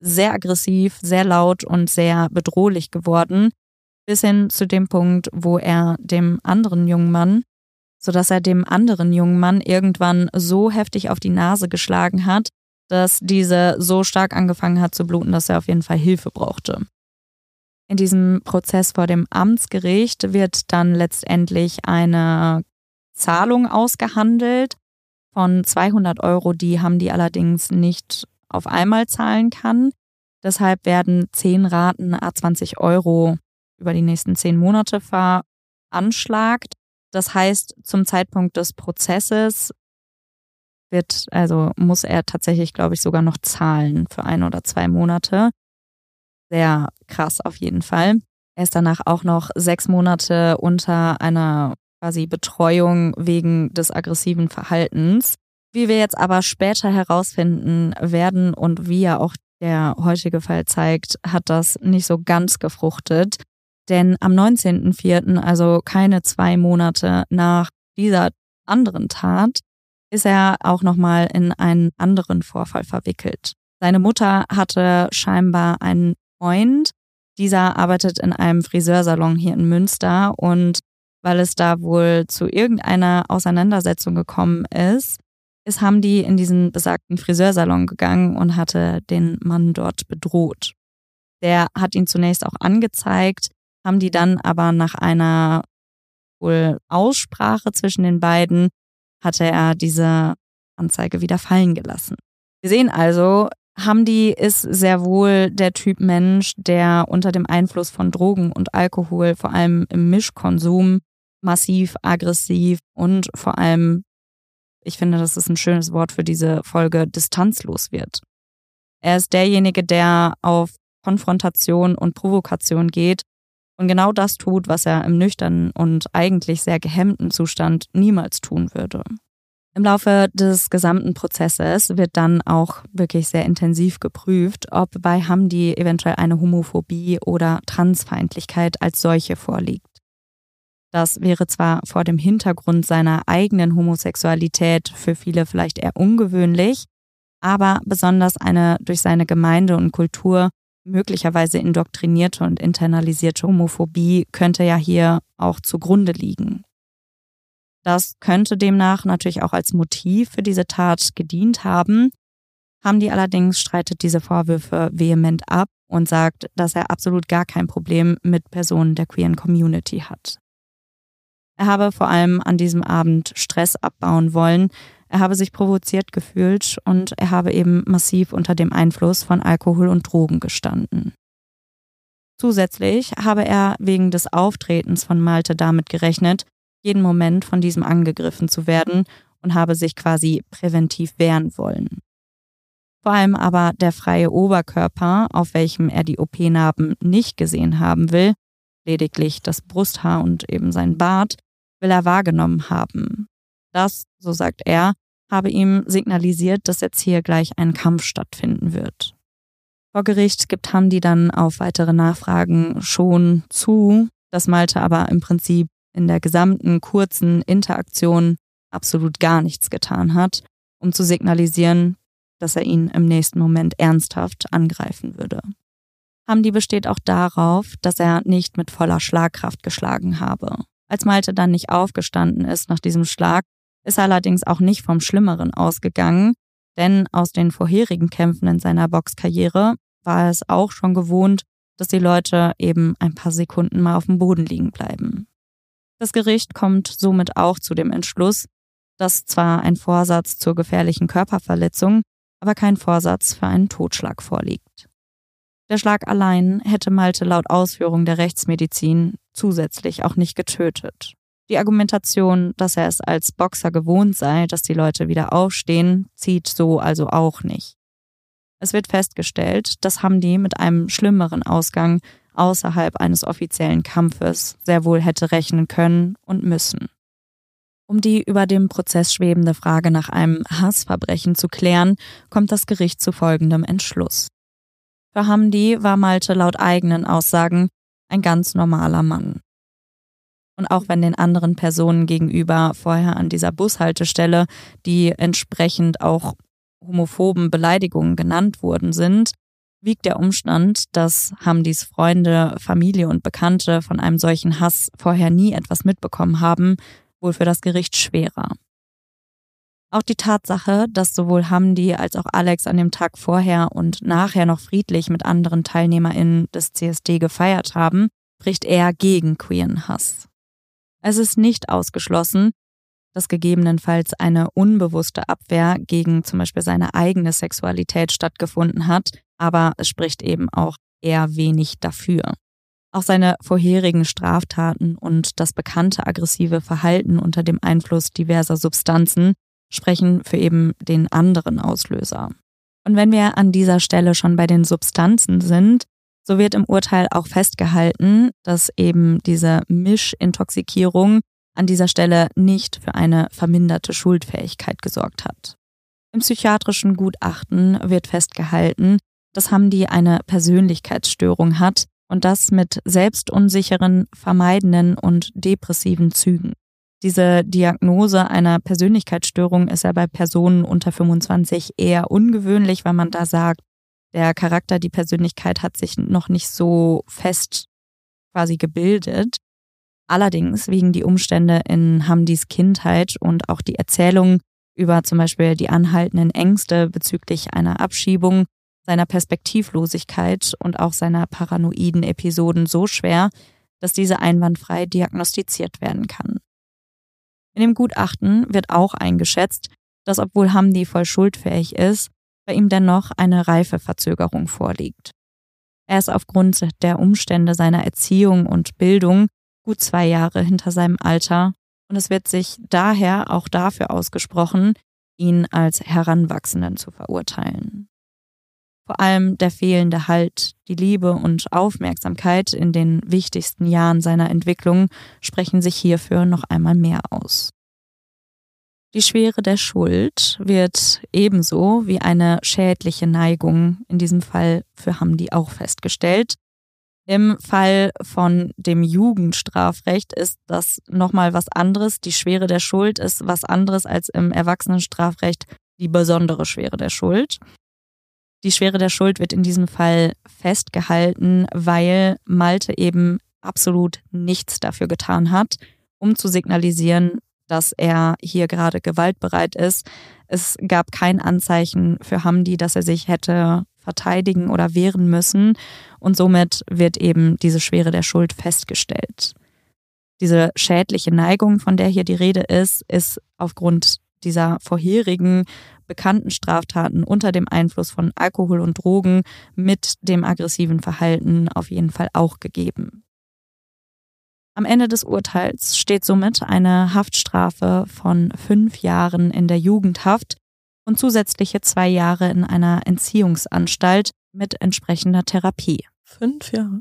sehr aggressiv, sehr laut und sehr bedrohlich geworden, bis hin zu dem Punkt, wo er dem anderen jungen Mann, sodass er dem anderen jungen Mann irgendwann so heftig auf die Nase geschlagen hat, dass diese so stark angefangen hat zu bluten, dass er auf jeden Fall Hilfe brauchte. In diesem Prozess vor dem Amtsgericht wird dann letztendlich eine Zahlung ausgehandelt von zweihundert Euro, die Hamdi allerdings nicht auf einmal zahlen kann. Deshalb werden zehn Raten à zwanzig Euro über die nächsten zehn Monate veranschlagt. Das heißt, zum Zeitpunkt des Prozesses wird, also muss er tatsächlich, glaube ich, sogar noch zahlen für ein oder zwei Monate. Sehr krass auf jeden Fall. Er ist danach auch noch sechs Monate unter einer quasi Betreuung wegen des aggressiven Verhaltens. Wie wir jetzt aber später herausfinden werden und wie ja auch der heutige Fall zeigt, hat das nicht so ganz gefruchtet. Denn am neunzehnten vierten, also keine zwei Monate nach dieser anderen Tat, ist er auch nochmal in einen anderen Vorfall verwickelt. Seine Mutter hatte scheinbar einen Freund. Dieser arbeitet in einem Friseursalon hier in Münster und weil es da wohl zu irgendeiner Auseinandersetzung gekommen ist, ist Hamdi in diesen besagten Friseursalon gegangen und hatte den Mann dort bedroht. Der hat ihn zunächst auch angezeigt, Hamdi dann aber nach einer wohl Aussprache zwischen den beiden hatte er diese Anzeige wieder fallen gelassen. Wir sehen also, Hamdi ist sehr wohl der Typ Mensch, der unter dem Einfluss von Drogen und Alkohol, vor allem im Mischkonsum, massiv, aggressiv und vor allem, ich finde, das ist ein schönes Wort für diese Folge, distanzlos wird. Er ist derjenige, der auf Konfrontation und Provokation geht und genau das tut, was er im nüchternen und eigentlich sehr gehemmten Zustand niemals tun würde. Im Laufe des gesamten Prozesses wird dann auch wirklich sehr intensiv geprüft, ob bei Hamdi eventuell eine Homophobie oder Transfeindlichkeit als solche vorliegt. Das wäre zwar vor dem Hintergrund seiner eigenen Homosexualität für viele vielleicht eher ungewöhnlich, aber besonders eine durch seine Gemeinde und Kultur möglicherweise indoktrinierte und internalisierte Homophobie könnte ja hier auch zugrunde liegen. Das könnte demnach natürlich auch als Motiv für diese Tat gedient haben. Hamdi allerdings streitet diese Vorwürfe vehement ab und sagt, dass er absolut gar kein Problem mit Personen der queeren Community hat. Er habe vor allem an diesem Abend Stress abbauen wollen, er habe sich provoziert gefühlt und er habe eben massiv unter dem Einfluss von Alkohol und Drogen gestanden. Zusätzlich habe er wegen des Auftretens von Malte damit gerechnet, jeden Moment von diesem angegriffen zu werden und habe sich quasi präventiv wehren wollen. Vor allem aber der freie Oberkörper, auf welchem er die O P-Narben nicht gesehen haben will, lediglich das Brusthaar und eben sein Bart, will er wahrgenommen haben. Das, so sagt er, habe ihm signalisiert, dass jetzt hier gleich ein Kampf stattfinden wird. Vor Gericht gibt Hamdi dann auf weitere Nachfragen schon zu, dass Malte aber im Prinzip in der gesamten kurzen Interaktion absolut gar nichts getan hat, um zu signalisieren, dass er ihn im nächsten Moment ernsthaft angreifen würde. Hamdi besteht auch darauf, dass er nicht mit voller Schlagkraft geschlagen habe. Als Malte dann nicht aufgestanden ist nach diesem Schlag, ist er allerdings auch nicht vom Schlimmeren ausgegangen, denn aus den vorherigen Kämpfen in seiner Boxkarriere war er es auch schon gewohnt, dass die Leute eben ein paar Sekunden mal auf dem Boden liegen bleiben. Das Gericht kommt somit auch zu dem Entschluss, dass zwar ein Vorsatz zur gefährlichen Körperverletzung, aber kein Vorsatz für einen Totschlag vorliegt. Der Schlag allein hätte Malte laut Ausführung der Rechtsmedizin zusätzlich auch nicht getötet. Die Argumentation, dass er es als Boxer gewohnt sei, dass die Leute wieder aufstehen, zieht so also auch nicht. Es wird festgestellt, dass Hamdi mit einem schlimmeren Ausgang außerhalb eines offiziellen Kampfes sehr wohl hätte rechnen können und müssen. Um die über dem Prozess schwebende Frage nach einem Hassverbrechen zu klären, kommt das Gericht zu folgendem Entschluss. Für Hamdi war Malte laut eigenen Aussagen ein ganz normaler Mann. Und auch wenn den anderen Personen gegenüber vorher an dieser Bushaltestelle die entsprechend auch homophoben Beleidigungen genannt worden sind, wiegt der Umstand, dass Hamdis Freunde, Familie und Bekannte von einem solchen Hass vorher nie etwas mitbekommen haben, wohl für das Gericht schwerer. Auch die Tatsache, dass sowohl Hamdi als auch Alex an dem Tag vorher und nachher noch friedlich mit anderen TeilnehmerInnen des C S D gefeiert haben, spricht eher gegen queeren Hass. Es ist nicht ausgeschlossen, dass gegebenenfalls eine unbewusste Abwehr gegen zum Beispiel seine eigene Sexualität stattgefunden hat, aber es spricht eben auch eher wenig dafür. Auch seine vorherigen Straftaten und das bekannte aggressive Verhalten unter dem Einfluss diverser Substanzen sprechen für eben den anderen Auslöser. Und wenn wir an dieser Stelle schon bei den Substanzen sind, so wird im Urteil auch festgehalten, dass eben diese Mischintoxikierung an dieser Stelle nicht für eine verminderte Schuldfähigkeit gesorgt hat. Im psychiatrischen Gutachten wird festgehalten, dass Hamdi eine Persönlichkeitsstörung hat und das mit selbstunsicheren, vermeidenden und depressiven Zügen. Diese Diagnose einer Persönlichkeitsstörung ist ja bei Personen unter fünfundzwanzig eher ungewöhnlich, weil man da sagt, der Charakter, die Persönlichkeit hat sich noch nicht so fest quasi gebildet. Allerdings wiegen die Umstände in Hamdis Kindheit und auch die Erzählung über zum Beispiel die anhaltenden Ängste bezüglich einer Abschiebung, seiner Perspektivlosigkeit und auch seiner paranoiden Episoden so schwer, dass diese einwandfrei diagnostiziert werden kann. In dem Gutachten wird auch eingeschätzt, dass obwohl Hamdi voll schuldfähig ist, bei ihm dennoch eine Reifeverzögerung vorliegt. Er ist aufgrund der Umstände seiner Erziehung und Bildung gut zwei Jahre hinter seinem Alter und es wird sich daher auch dafür ausgesprochen, ihn als Heranwachsenden zu verurteilen. Vor allem der fehlende Halt, die Liebe und Aufmerksamkeit in den wichtigsten Jahren seiner Entwicklung sprechen sich hierfür noch einmal mehr aus. Die Schwere der Schuld wird ebenso wie eine schädliche Neigung in diesem Fall für Hamdi auch festgestellt. Im Fall von dem Jugendstrafrecht ist das nochmal was anderes. Die Schwere der Schuld ist was anderes als im Erwachsenenstrafrecht die besondere Schwere der Schuld. Die Schwere der Schuld wird in diesem Fall festgehalten, weil Malte eben absolut nichts dafür getan hat, um zu signalisieren, dass er hier gerade gewaltbereit ist. Es gab kein Anzeichen für Hamdi, dass er sich hätte verteidigen oder wehren müssen und somit wird eben diese Schwere der Schuld festgestellt. Diese schädliche Neigung, von der hier die Rede ist, ist aufgrund dieser vorherigen bekannten Straftaten unter dem Einfluss von Alkohol und Drogen mit dem aggressiven Verhalten auf jeden Fall auch gegeben. Am Ende des Urteils steht somit eine Haftstrafe von fünf Jahren in der Jugendhaft und zusätzliche zwei Jahre in einer Entziehungsanstalt mit entsprechender Therapie. Fünf Jahre?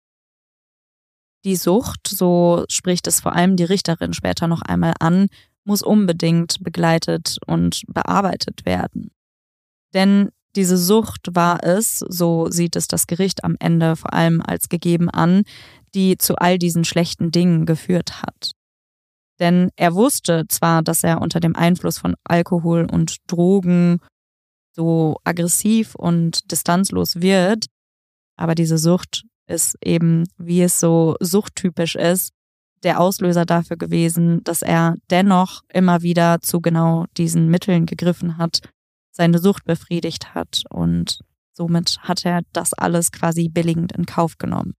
Die Sucht, so spricht es vor allem die Richterin später noch einmal an, muss unbedingt begleitet und bearbeitet werden. Denn diese Sucht war es, so sieht es das Gericht am Ende vor allem als gegeben an, die zu all diesen schlechten Dingen geführt hat. Denn er wusste zwar, dass er unter dem Einfluss von Alkohol und Drogen so aggressiv und distanzlos wird, aber diese Sucht ist eben, wie es so suchttypisch ist, der Auslöser dafür gewesen, dass er dennoch immer wieder zu genau diesen Mitteln gegriffen hat, seine Sucht befriedigt hat und somit hat er das alles quasi billigend in Kauf genommen.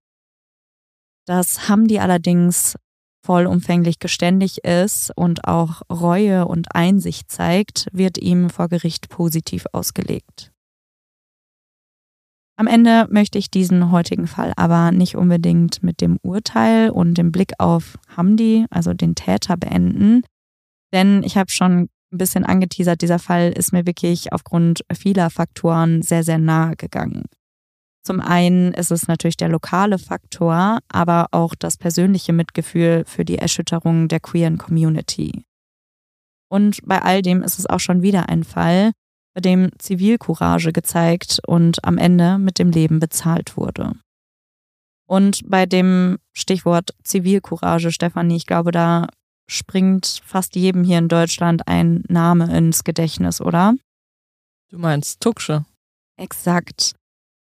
Dass Hamdi allerdings vollumfänglich geständig ist und auch Reue und Einsicht zeigt, wird ihm vor Gericht positiv ausgelegt. Am Ende möchte ich diesen heutigen Fall aber nicht unbedingt mit dem Urteil und dem Blick auf Hamdi, also den Täter, beenden, denn ich habe schon ein bisschen angeteasert, dieser Fall ist mir wirklich aufgrund vieler Faktoren sehr, sehr nahe gegangen. Zum einen ist es natürlich der lokale Faktor, aber auch das persönliche Mitgefühl für die Erschütterung der queeren Community. Und bei all dem ist es auch schon wieder ein Fall, bei dem Zivilcourage gezeigt und am Ende mit dem Leben bezahlt wurde. Und bei dem Stichwort Zivilcourage, Stefanie, ich glaube, da springt fast jedem hier in Deutschland ein Name ins Gedächtnis, oder? Du meinst Tucksche? Exakt.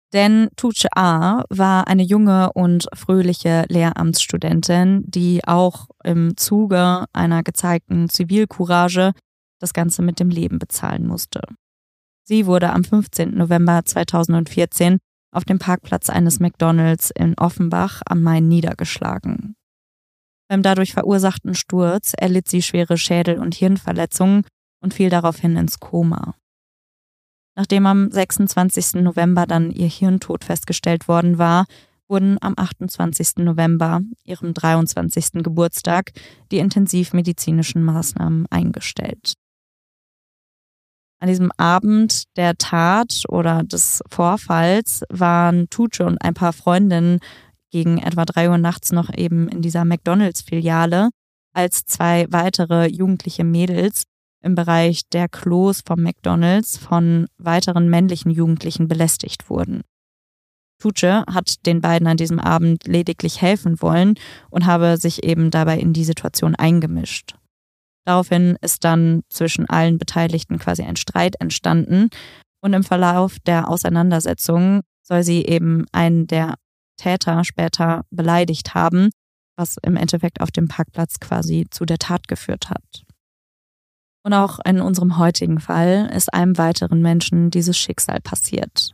Denn Tuğçe A. war eine junge und fröhliche Lehramtsstudentin, die auch im Zuge einer gezeigten Zivilcourage das Ganze mit dem Leben bezahlen musste. Sie wurde am fünfzehnten November zweitausendvierzehn auf dem Parkplatz eines McDonalds in Offenbach am Main niedergeschlagen. Beim dadurch verursachten Sturz erlitt sie schwere Schädel- und Hirnverletzungen und fiel daraufhin ins Koma. Nachdem am sechsundzwanzigsten November dann ihr Hirntod festgestellt worden war, wurden am achtundzwanzigsten November, ihrem dreiundzwanzigsten Geburtstag, die intensivmedizinischen Maßnahmen eingestellt. An diesem Abend der Tat oder des Vorfalls waren Tuğçe und ein paar Freundinnen gegen etwa drei Uhr nachts noch eben in dieser McDonalds-Filiale, als zwei weitere jugendliche Mädels im Bereich der Klos vom McDonalds von weiteren männlichen Jugendlichen belästigt wurden. Tuğçe hat den beiden an diesem Abend lediglich helfen wollen und habe sich eben dabei in die Situation eingemischt. Daraufhin ist dann zwischen allen Beteiligten quasi ein Streit entstanden und im Verlauf der Auseinandersetzung soll sie eben einen der Täter später beleidigt haben, was im Endeffekt auf dem Parkplatz quasi zu der Tat geführt hat. Und auch in unserem heutigen Fall ist einem weiteren Menschen dieses Schicksal passiert.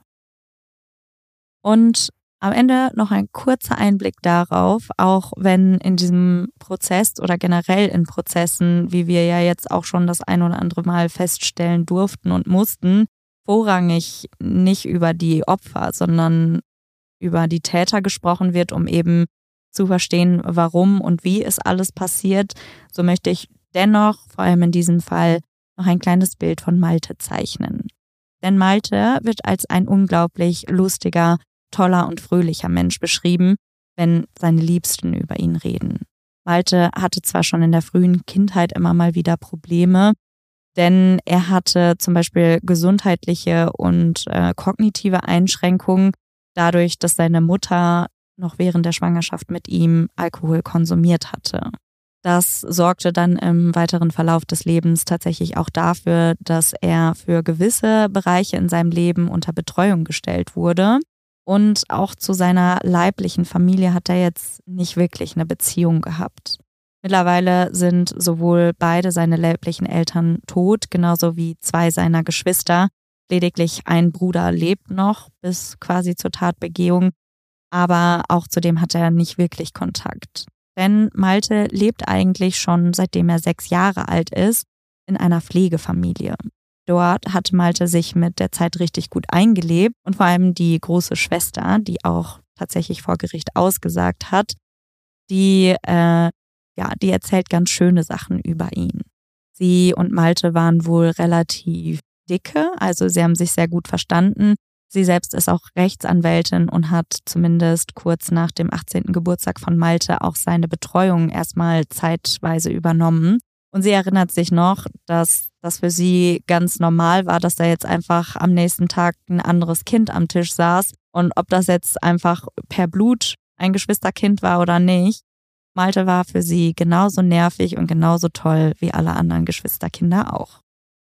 Und am Ende noch ein kurzer Einblick darauf, auch wenn in diesem Prozess oder generell in Prozessen, wie wir ja jetzt auch schon das ein oder andere Mal feststellen durften und mussten, vorrangig nicht über die Opfer, sondern über die Täter gesprochen wird, um eben zu verstehen, warum und wie ist alles passiert, so möchte ich dennoch, vor allem in diesem Fall, noch ein kleines Bild von Malte zeichnen. Denn Malte wird als ein unglaublich lustiger, toller und fröhlicher Mensch beschrieben, wenn seine Liebsten über ihn reden. Malte hatte zwar schon in der frühen Kindheit immer mal wieder Probleme, denn er hatte zum Beispiel gesundheitliche und äh, kognitive Einschränkungen, dadurch, dass seine Mutter noch während der Schwangerschaft mit ihm Alkohol konsumiert hatte. Das sorgte dann im weiteren Verlauf des Lebens tatsächlich auch dafür, dass er für gewisse Bereiche in seinem Leben unter Betreuung gestellt wurde. Und auch zu seiner leiblichen Familie hat er jetzt nicht wirklich eine Beziehung gehabt. Mittlerweile sind sowohl beide seine leiblichen Eltern tot, genauso wie zwei seiner Geschwister. Lediglich ein Bruder lebt noch bis quasi zur Tatbegehung, aber auch zu dem hat er nicht wirklich Kontakt. Denn Malte lebt eigentlich schon, seitdem er sechs Jahre alt ist, in einer Pflegefamilie. Dort hat Malte sich mit der Zeit richtig gut eingelebt und vor allem die große Schwester, die auch tatsächlich vor Gericht ausgesagt hat, die, äh, ja, die erzählt ganz schöne Sachen über ihn. Sie und Malte waren wohl relativ dicke, also sie haben sich sehr gut verstanden. Sie selbst ist auch Rechtsanwältin und hat zumindest kurz nach dem achtzehnten Geburtstag von Malte auch seine Betreuung erstmal zeitweise übernommen. Und sie erinnert sich noch, dass das für sie ganz normal war, dass da jetzt einfach am nächsten Tag ein anderes Kind am Tisch saß. Und ob das jetzt einfach per Blut ein Geschwisterkind war oder nicht, Malte war für sie genauso nervig und genauso toll wie alle anderen Geschwisterkinder auch.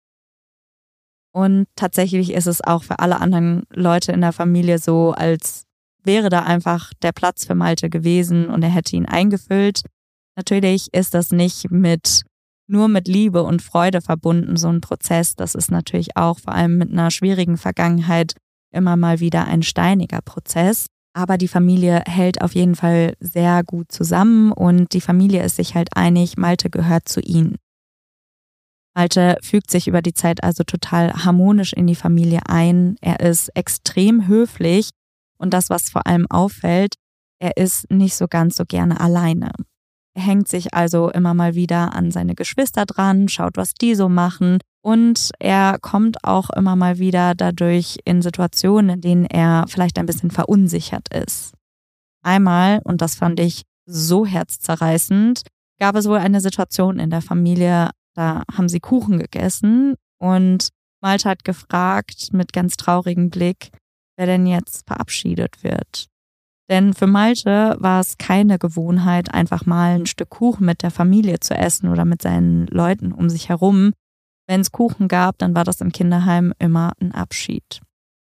Und tatsächlich ist es auch für alle anderen Leute in der Familie so, als wäre da einfach der Platz für Malte gewesen und er hätte ihn eingefüllt. Natürlich ist das nicht mit nur mit Liebe und Freude verbunden, so ein Prozess. Das ist natürlich auch vor allem mit einer schwierigen Vergangenheit immer mal wieder ein steiniger Prozess. Aber die Familie hält auf jeden Fall sehr gut zusammen und die Familie ist sich halt einig, Malte gehört zu ihnen. Malte fügt sich über die Zeit also total harmonisch in die Familie ein. Er ist extrem höflich und das, was vor allem auffällt, er ist nicht so ganz so gerne alleine. Er hängt sich also immer mal wieder an seine Geschwister dran, schaut, was die so machen und er kommt auch immer mal wieder dadurch in Situationen, in denen er vielleicht ein bisschen verunsichert ist. Einmal, und das fand ich so herzzerreißend, gab es wohl eine Situation in der Familie, da haben sie Kuchen gegessen und Malte hat gefragt mit ganz traurigem Blick, wer denn jetzt verabschiedet wird. Denn für Malte war es keine Gewohnheit, einfach mal ein Stück Kuchen mit der Familie zu essen oder mit seinen Leuten um sich herum. Wenn es Kuchen gab, dann war das im Kinderheim immer ein Abschied.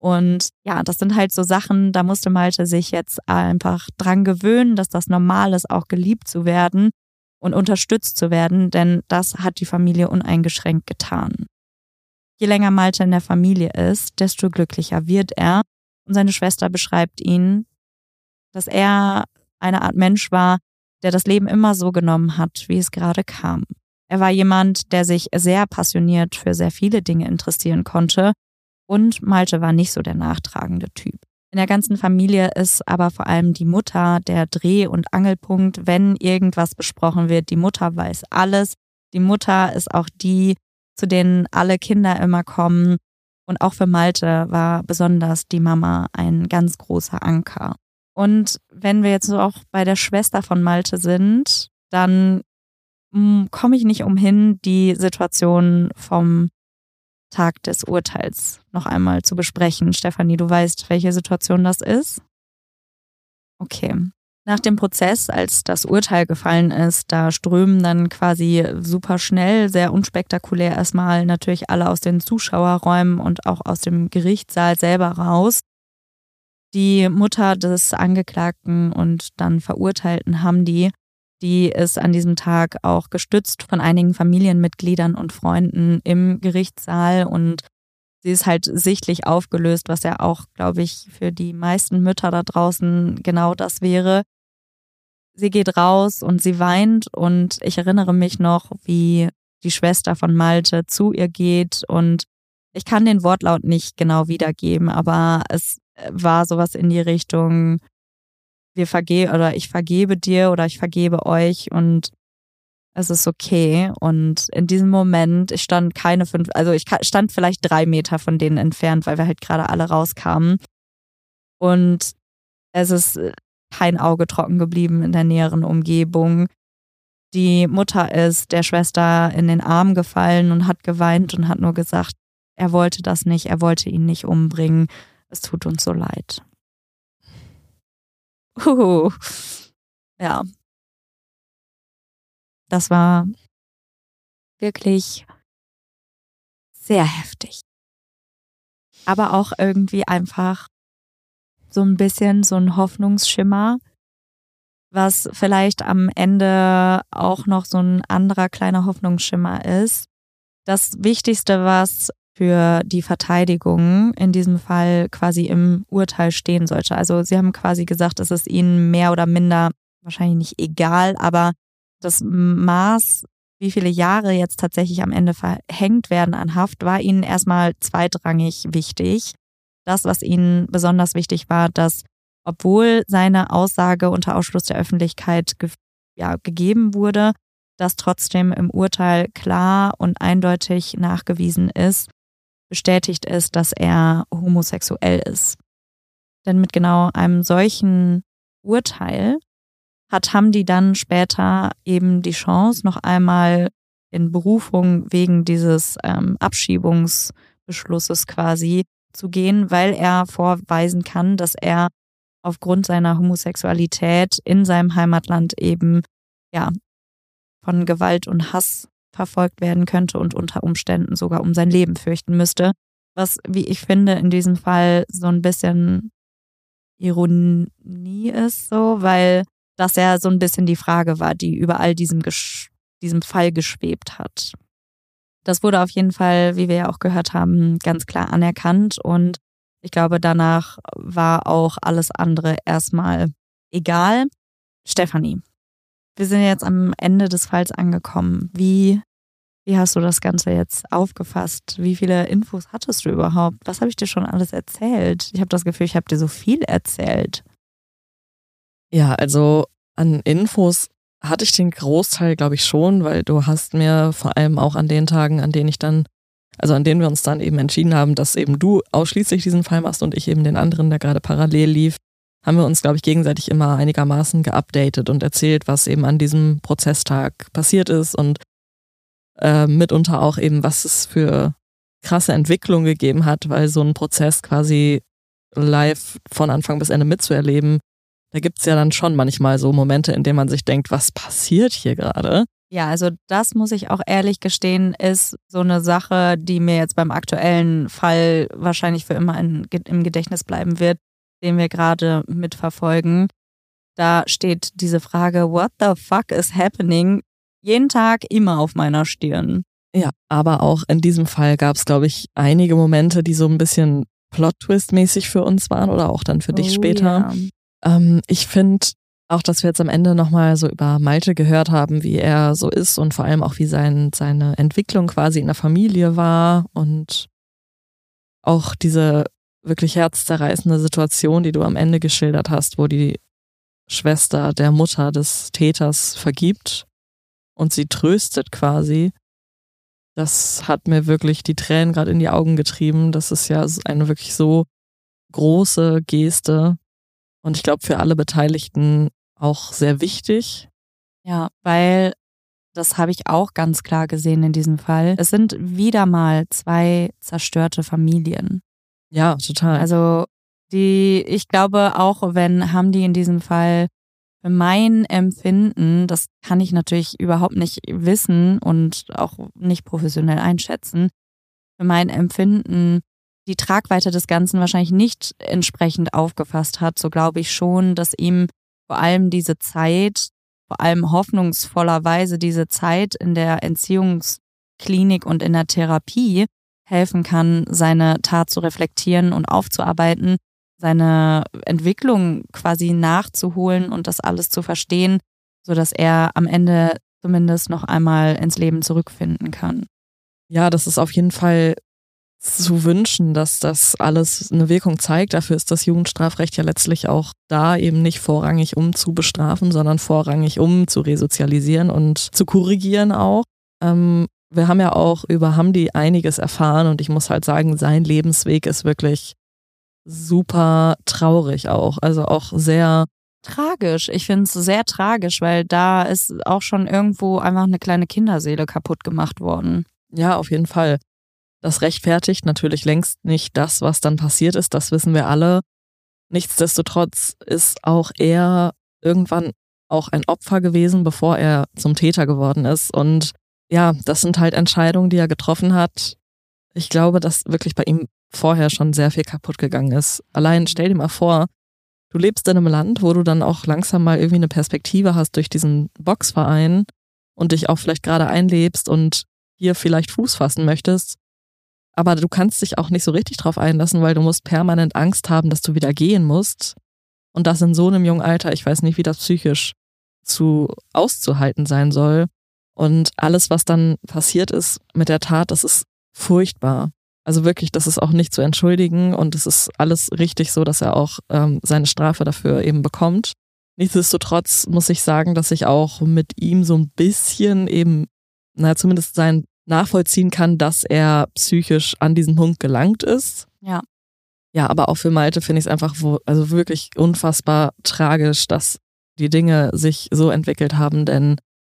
Und ja, das sind halt so Sachen, da musste Malte sich jetzt einfach dran gewöhnen, dass das normal ist, auch geliebt zu werden und unterstützt zu werden, denn das hat die Familie uneingeschränkt getan. Je länger Malte in der Familie ist, desto glücklicher wird er. Und seine Schwester beschreibt ihn, dass er eine Art Mensch war, der das Leben immer so genommen hat, wie es gerade kam. Er war jemand, der sich sehr passioniert für sehr viele Dinge interessieren konnte. Und Malte war nicht so der nachtragende Typ. In der ganzen Familie ist aber vor allem die Mutter der Dreh- und Angelpunkt, wenn irgendwas besprochen wird. Die Mutter weiß alles. Die Mutter ist auch die, zu denen alle Kinder immer kommen. Und auch für Malte war besonders die Mama ein ganz großer Anker. Und wenn wir jetzt so auch bei der Schwester von Malte sind, dann komme ich nicht umhin, die Situation vom Tag des Urteils noch einmal zu besprechen. Stefanie, du weißt, welche Situation das ist? Okay. Nach dem Prozess, als das Urteil gefallen ist, da strömen dann quasi super schnell, sehr unspektakulär erstmal natürlich alle aus den Zuschauerräumen und auch aus dem Gerichtssaal selber raus. Die Mutter des Angeklagten und dann Verurteilten Hamdi, die ist an diesem Tag auch gestützt von einigen Familienmitgliedern und Freunden im Gerichtssaal und sie ist halt sichtlich aufgelöst, was ja auch, glaube ich, für die meisten Mütter da draußen genau das wäre. Sie geht raus und sie weint und ich erinnere mich noch, wie die Schwester von Malte zu ihr geht und ich kann den Wortlaut nicht genau wiedergeben, aber es war sowas in die Richtung, wir verge- oder ich vergebe dir oder ich vergebe euch und es ist okay. Und in diesem Moment, ich stand keine fünf, also ich stand vielleicht drei Meter von denen entfernt, weil wir halt gerade alle rauskamen. Und es ist kein Auge trocken geblieben in der näheren Umgebung. Die Mutter ist der Schwester in den Arm gefallen und hat geweint und hat nur gesagt, er wollte das nicht, er wollte ihn nicht umbringen. Es tut uns so leid. Uhu. Ja. Das war wirklich sehr heftig. Aber auch irgendwie einfach so ein bisschen so ein Hoffnungsschimmer, was vielleicht am Ende auch noch so ein anderer kleiner Hoffnungsschimmer ist. Das Wichtigste, was für die Verteidigung in diesem Fall quasi im Urteil stehen sollte. Also sie haben quasi gesagt, es ist ihnen mehr oder minder wahrscheinlich nicht egal, aber das Maß, wie viele Jahre jetzt tatsächlich am Ende verhängt werden an Haft, war ihnen erstmal zweitrangig wichtig. Das, was ihnen besonders wichtig war, dass obwohl seine Aussage unter Ausschluss der Öffentlichkeit ge- ja, gegeben wurde, dass trotzdem im Urteil klar und eindeutig nachgewiesen ist, bestätigt ist, dass er homosexuell ist. Denn mit genau einem solchen Urteil hat Hamdi dann später eben die Chance, noch einmal in Berufung wegen dieses ähm, Abschiebungsbeschlusses quasi zu gehen, weil er vorweisen kann, dass er aufgrund seiner Homosexualität in seinem Heimatland eben ja von Gewalt und Hass verfolgt werden könnte und unter Umständen sogar um sein Leben fürchten müsste. Was, wie ich finde, in diesem Fall so ein bisschen Ironie ist, so, weil das ja so ein bisschen die Frage war, die über all diesem, diesem Fall geschwebt hat. Das wurde auf jeden Fall, wie wir ja auch gehört haben, ganz klar anerkannt und ich glaube, danach war auch alles andere erstmal egal. Stefanie, wir sind jetzt am Ende des Falls angekommen. Wie, wie hast du das Ganze jetzt aufgefasst? Wie viele Infos hattest du überhaupt? Was habe ich dir schon alles erzählt? Ich habe das Gefühl, ich habe dir so viel erzählt. Ja, also an Infos hatte ich den Großteil, glaube ich, schon, weil du hast mir vor allem auch an den Tagen, an denen ich dann, also an denen wir uns dann eben entschieden haben, dass eben du ausschließlich diesen Fall machst und ich eben den anderen, der gerade parallel lief, haben wir uns, glaube ich, gegenseitig immer einigermaßen geupdatet und erzählt, was eben an diesem Prozesstag passiert ist und äh, mitunter auch eben, was es für krasse Entwicklung gegeben hat, weil so ein Prozess quasi live von Anfang bis Ende mitzuerleben, da gibt's ja dann schon manchmal so Momente, in denen man sich denkt, was passiert hier gerade? Ja, also das muss ich auch ehrlich gestehen, ist so eine Sache, die mir jetzt beim aktuellen Fall wahrscheinlich für immer in, im Gedächtnis bleiben wird, den wir gerade mitverfolgen. Da steht diese Frage, what the fuck is happening, jeden Tag immer auf meiner Stirn. Ja, aber auch in diesem Fall gab es, glaube ich, einige Momente, die so ein bisschen Plot-Twist-mäßig für uns waren oder auch dann für dich Oh, später. ja. Ähm, ich finde auch, dass wir jetzt am Ende nochmal so über Malte gehört haben, wie er so ist und vor allem auch, wie sein, seine Entwicklung quasi in der Familie war und auch diese wirklich herzzerreißende Situation, die du am Ende geschildert hast, wo die Schwester der Mutter des Täters vergibt und sie tröstet quasi. Das hat mir wirklich die Tränen gerade in die Augen getrieben. Das ist ja eine wirklich so große Geste und ich glaube für alle Beteiligten auch sehr wichtig. Ja, weil das habe ich auch ganz klar gesehen in diesem Fall. Es sind wieder mal zwei zerstörte Familien. Ja, total. Also die, ich glaube auch, wenn Hamdi in diesem Fall für mein Empfinden, das kann ich natürlich überhaupt nicht wissen und auch nicht professionell einschätzen, für mein Empfinden die Tragweite des Ganzen wahrscheinlich nicht entsprechend aufgefasst hat, so glaube ich schon, dass ihm vor allem diese Zeit, vor allem hoffnungsvollerweise diese Zeit in der Entziehungsklinik und in der Therapie helfen kann, seine Tat zu reflektieren und aufzuarbeiten, seine Entwicklung quasi nachzuholen und das alles zu verstehen, sodass er am Ende zumindest noch einmal ins Leben zurückfinden kann. Ja, das ist auf jeden Fall zu wünschen, dass das alles eine Wirkung zeigt. Dafür ist das Jugendstrafrecht ja letztlich auch da, eben nicht vorrangig um zu bestrafen, sondern vorrangig um zu resozialisieren und zu korrigieren auch. Ähm, wir haben ja auch über Hamdi einiges erfahren und ich muss halt sagen, sein Lebensweg ist wirklich super traurig auch. Also auch sehr tragisch. Ich finde es sehr tragisch, weil da ist auch schon irgendwo einfach eine kleine Kinderseele kaputt gemacht worden. Ja, auf jeden Fall. Das rechtfertigt natürlich längst nicht das, was dann passiert ist, das wissen wir alle. Nichtsdestotrotz ist auch er irgendwann auch ein Opfer gewesen, bevor er zum Täter geworden ist. Und ja, das sind halt Entscheidungen, die er getroffen hat. Ich glaube, dass wirklich bei ihm vorher schon sehr viel kaputt gegangen ist. Allein stell dir mal vor, du lebst in einem Land, wo du dann auch langsam mal irgendwie eine Perspektive hast durch diesen Boxverein und dich auch vielleicht gerade einlebst und hier vielleicht Fuß fassen möchtest. Aber du kannst dich auch nicht so richtig drauf einlassen, weil du musst permanent Angst haben, dass du wieder gehen musst. Und das in so einem jungen Alter, ich weiß nicht, wie das psychisch zu auszuhalten sein soll. Und alles, was dann passiert ist mit der Tat, das ist furchtbar. Also wirklich, das ist auch nicht zu entschuldigen und es ist alles richtig so, dass er auch ähm, seine Strafe dafür eben bekommt. Nichtsdestotrotz muss ich sagen, dass ich auch mit ihm so ein bisschen eben, na zumindest sein nachvollziehen kann, dass er psychisch an diesen Punkt gelangt ist. Ja. Ja, aber auch für Malte finde ich es einfach wo, also wirklich unfassbar tragisch, dass die Dinge sich so entwickelt haben, denn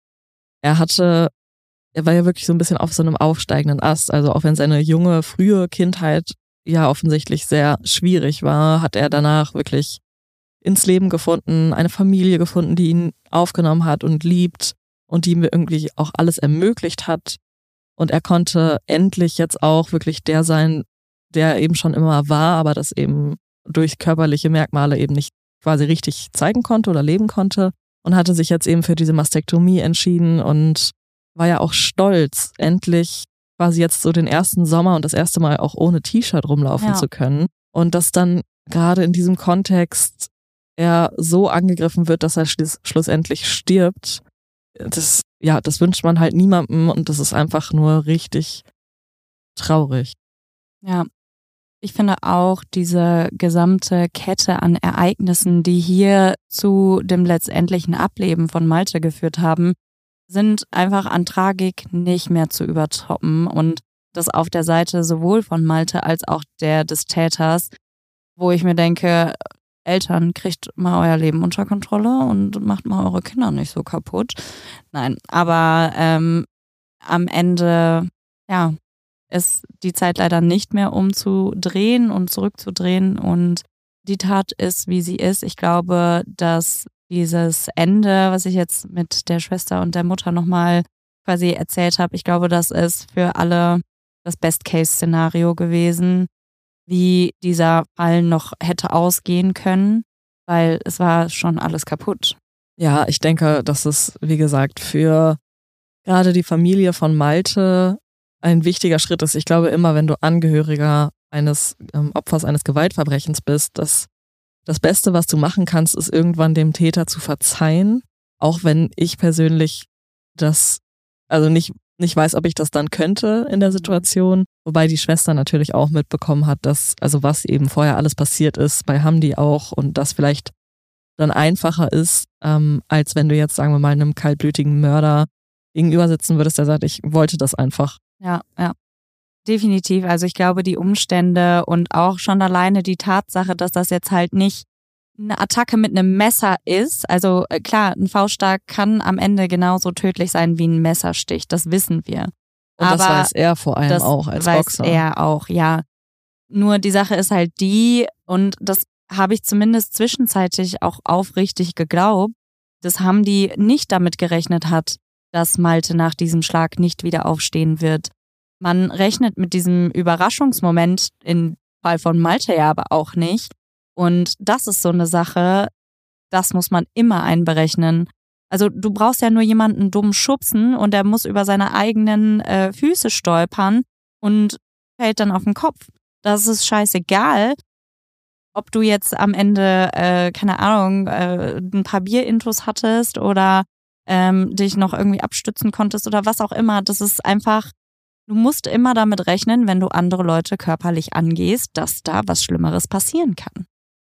er hatte, er war ja wirklich so ein bisschen auf so einem aufsteigenden Ast. Also auch wenn seine junge, frühe Kindheit ja offensichtlich sehr schwierig war, hat er danach wirklich ins Leben gefunden, eine Familie gefunden, die ihn aufgenommen hat und liebt und die ihm irgendwie auch alles ermöglicht hat. Und er konnte endlich jetzt auch wirklich der sein, der er eben schon immer war, aber das eben durch körperliche Merkmale eben nicht quasi richtig zeigen konnte oder leben konnte. Und hatte sich jetzt eben für diese Mastektomie entschieden und war ja auch stolz, endlich quasi jetzt so den ersten Sommer und das erste Mal auch ohne T-Shirt rumlaufen Ja. zu können. Und dass dann gerade in diesem Kontext er so angegriffen wird, dass er schluss, schlussendlich stirbt, das, ja, das wünscht man halt niemandem und das ist einfach nur richtig traurig. Ja, ich finde auch diese gesamte Kette an Ereignissen, die hier zu dem letztendlichen Ableben von Malte geführt haben, sind einfach an Tragik nicht mehr zu übertoppen und das auf der Seite sowohl von Malte als auch der des Täters, wo ich mir denke, Eltern, kriegt mal euer Leben unter Kontrolle und macht mal eure Kinder nicht so kaputt. Nein, aber ähm, am Ende, ja, ist die Zeit leider nicht mehr umzudrehen und zurückzudrehen und die Tat ist, wie sie ist. Ich glaube, dass dieses Ende, was ich jetzt mit der Schwester und der Mutter nochmal quasi erzählt habe, ich glaube, das ist für alle das Best-Case-Szenario gewesen, wie dieser Fall noch hätte ausgehen können, weil es war schon alles kaputt. Ja, ich denke, dass es, wie gesagt, für gerade die Familie von Malte ein wichtiger Schritt ist. Ich glaube immer, wenn du Angehöriger eines ähm, Opfers eines Gewaltverbrechens bist, dass das Beste, was du machen kannst, ist irgendwann dem Täter zu verzeihen. Auch wenn ich persönlich das, also nicht, nicht weiß, ob ich das dann könnte in der Situation. Wobei die Schwester natürlich auch mitbekommen hat, dass, also was eben vorher alles passiert ist, bei Hamdi auch, und das vielleicht dann einfacher ist, ähm, als wenn du jetzt, sagen wir mal, einem kaltblütigen Mörder gegenüber sitzen würdest, der sagt, ich wollte das einfach. Ja, ja. Definitiv. Also ich glaube, die Umstände und auch schon alleine die Tatsache, dass das jetzt halt nicht eine Attacke mit einem Messer ist. Also äh, klar, ein Faustschlag kann am Ende genauso tödlich sein wie ein Messerstich. Das wissen wir. Und Aber das weiß er vor allem das auch als weiß Boxer. Er auch, ja. Nur die Sache ist halt die, und das habe ich zumindest zwischenzeitlich auch aufrichtig geglaubt, dass Hamdi nicht damit gerechnet hat, dass Malte nach diesem Schlag nicht wieder aufstehen wird. Man rechnet mit diesem Überraschungsmoment im Fall von Malte ja aber auch nicht. Und das ist so eine Sache, das muss man immer einberechnen. Also du brauchst ja nur jemanden dumm schubsen und der muss über seine eigenen äh, Füße stolpern und fällt dann auf den Kopf. Das ist scheißegal, ob du jetzt am Ende, äh, keine Ahnung, äh, ein paar Bierintus hattest oder ähm, dich noch irgendwie abstützen konntest oder was auch immer. Das ist einfach, du musst immer damit rechnen, wenn du andere Leute körperlich angehst, dass da was Schlimmeres passieren kann.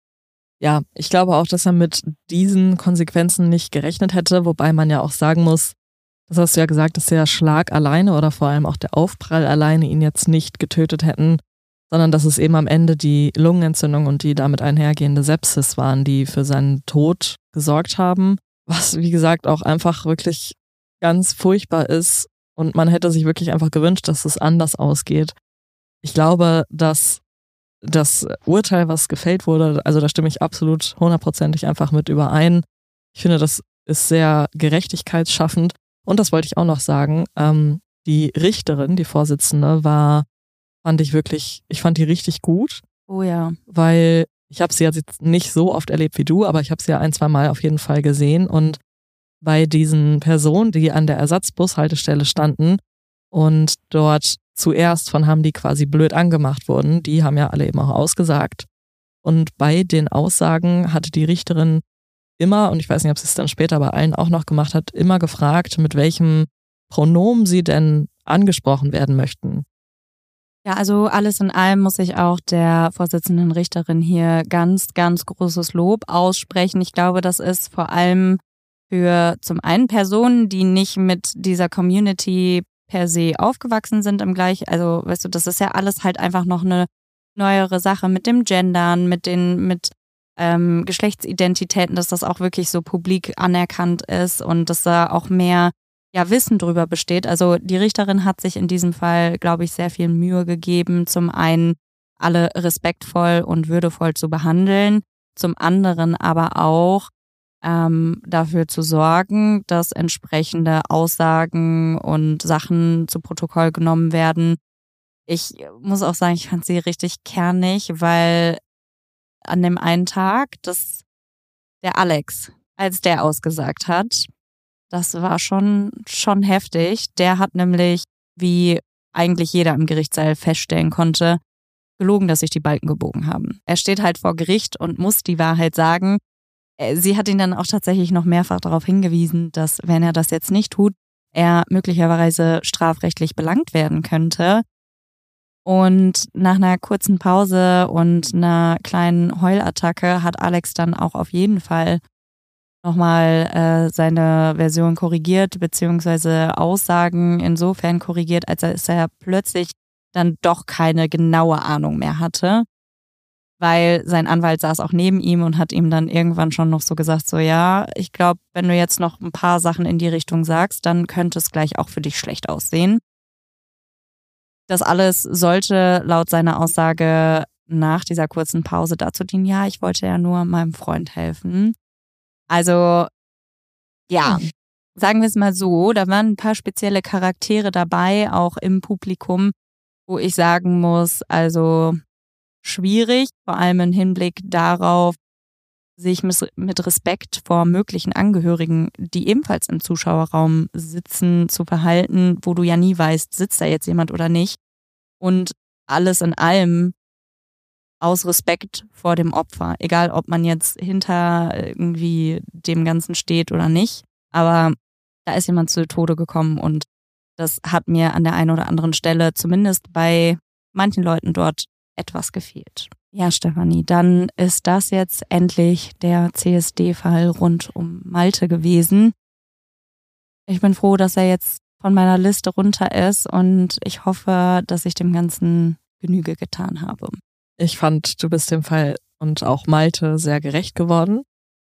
Ja, ich glaube auch, dass er mit diesen Konsequenzen nicht gerechnet hätte, wobei man ja auch sagen muss, das hast du ja gesagt, dass der Schlag alleine oder vor allem auch der Aufprall alleine ihn jetzt nicht getötet hätten, sondern dass es eben am Ende die Lungenentzündung und die damit einhergehende Sepsis waren, die für seinen Tod gesorgt haben, was wie gesagt auch einfach wirklich ganz furchtbar ist und man hätte sich wirklich einfach gewünscht, dass es anders ausgeht. Ich glaube, dass das Urteil, was gefällt wurde, also da stimme ich absolut hundertprozentig einfach mit überein. Ich finde, das ist sehr gerechtigkeitsschaffend. Und das wollte ich auch noch sagen, ähm, die Richterin, die Vorsitzende, war, fand ich wirklich, ich fand die richtig gut. Oh ja. Weil ich habe sie jetzt nicht so oft erlebt wie du, aber ich habe sie ja ein, zwei Mal auf jeden Fall gesehen. Und bei diesen Personen, die an der Ersatzbushaltestelle standen und dort zuerst von Hamdi quasi blöd angemacht wurden, die haben ja alle eben auch ausgesagt. Und bei den Aussagen hatte die Richterin immer, und ich weiß nicht, ob sie es dann später bei allen auch noch gemacht hat, immer gefragt, mit welchem Pronomen sie denn angesprochen werden möchten. Ja, also alles in allem muss ich auch der Vorsitzenden Richterin hier ganz, ganz großes Lob aussprechen. Ich glaube, das ist vor allem für zum einen Personen, die nicht mit dieser Community per se aufgewachsen sind im Gleich, also weißt du, das ist ja alles halt einfach noch eine neuere Sache mit dem Gendern, mit den mit ähm, Geschlechtsidentitäten, dass das auch wirklich so publik anerkannt ist und dass da auch mehr ja Wissen drüber besteht. Also die Richterin hat sich in diesem Fall, glaube ich, sehr viel Mühe gegeben, zum einen alle respektvoll und würdevoll zu behandeln, zum anderen aber auch Ähm, dafür zu sorgen, dass entsprechende Aussagen und Sachen zu Protokoll genommen werden. Ich muss auch sagen, ich fand sie richtig kernig, weil an dem einen Tag, dass der Alex, als der ausgesagt hat, das war schon, schon heftig. Der hat nämlich, wie eigentlich jeder im Gerichtssaal feststellen konnte, gelogen, dass sich die Balken gebogen haben. Er steht halt vor Gericht und muss die Wahrheit sagen. Sie hat ihn dann auch tatsächlich noch mehrfach darauf hingewiesen, dass, wenn er das jetzt nicht tut, er möglicherweise strafrechtlich belangt werden könnte. Und nach einer kurzen Pause und einer kleinen Heulattacke hat Alex dann auch auf jeden Fall nochmal äh, seine Version korrigiert, beziehungsweise Aussagen insofern korrigiert, als er, er plötzlich dann doch keine genaue Ahnung mehr hatte. Weil sein Anwalt saß auch neben ihm und hat ihm dann irgendwann schon noch so gesagt, so ja, ich glaube, wenn du jetzt noch ein paar Sachen in die Richtung sagst, dann könnte es gleich auch für dich schlecht aussehen. Das alles sollte laut seiner Aussage nach dieser kurzen Pause dazu dienen, ja, ich wollte ja nur meinem Freund helfen. Also, ja, sagen wir es mal so, da waren ein paar spezielle Charaktere dabei, auch im Publikum, wo ich sagen muss, also schwierig, vor allem im Hinblick darauf, sich mit Respekt vor möglichen Angehörigen, die ebenfalls im Zuschauerraum sitzen, zu verhalten, wo du ja nie weißt, sitzt da jetzt jemand oder nicht. Und alles in allem aus Respekt vor dem Opfer, egal ob man jetzt hinter irgendwie dem Ganzen steht oder nicht. Aber da ist jemand zu Tode gekommen und das hat mir an der einen oder anderen Stelle, zumindest bei manchen Leuten dort, etwas gefehlt. Ja, Stefanie, dann ist das jetzt endlich der C S D-Fall rund um Malte gewesen. Ich bin froh, dass er jetzt von meiner Liste runter ist und ich hoffe, dass ich dem Ganzen Genüge getan habe. Ich fand, du bist dem Fall und auch Malte sehr gerecht geworden.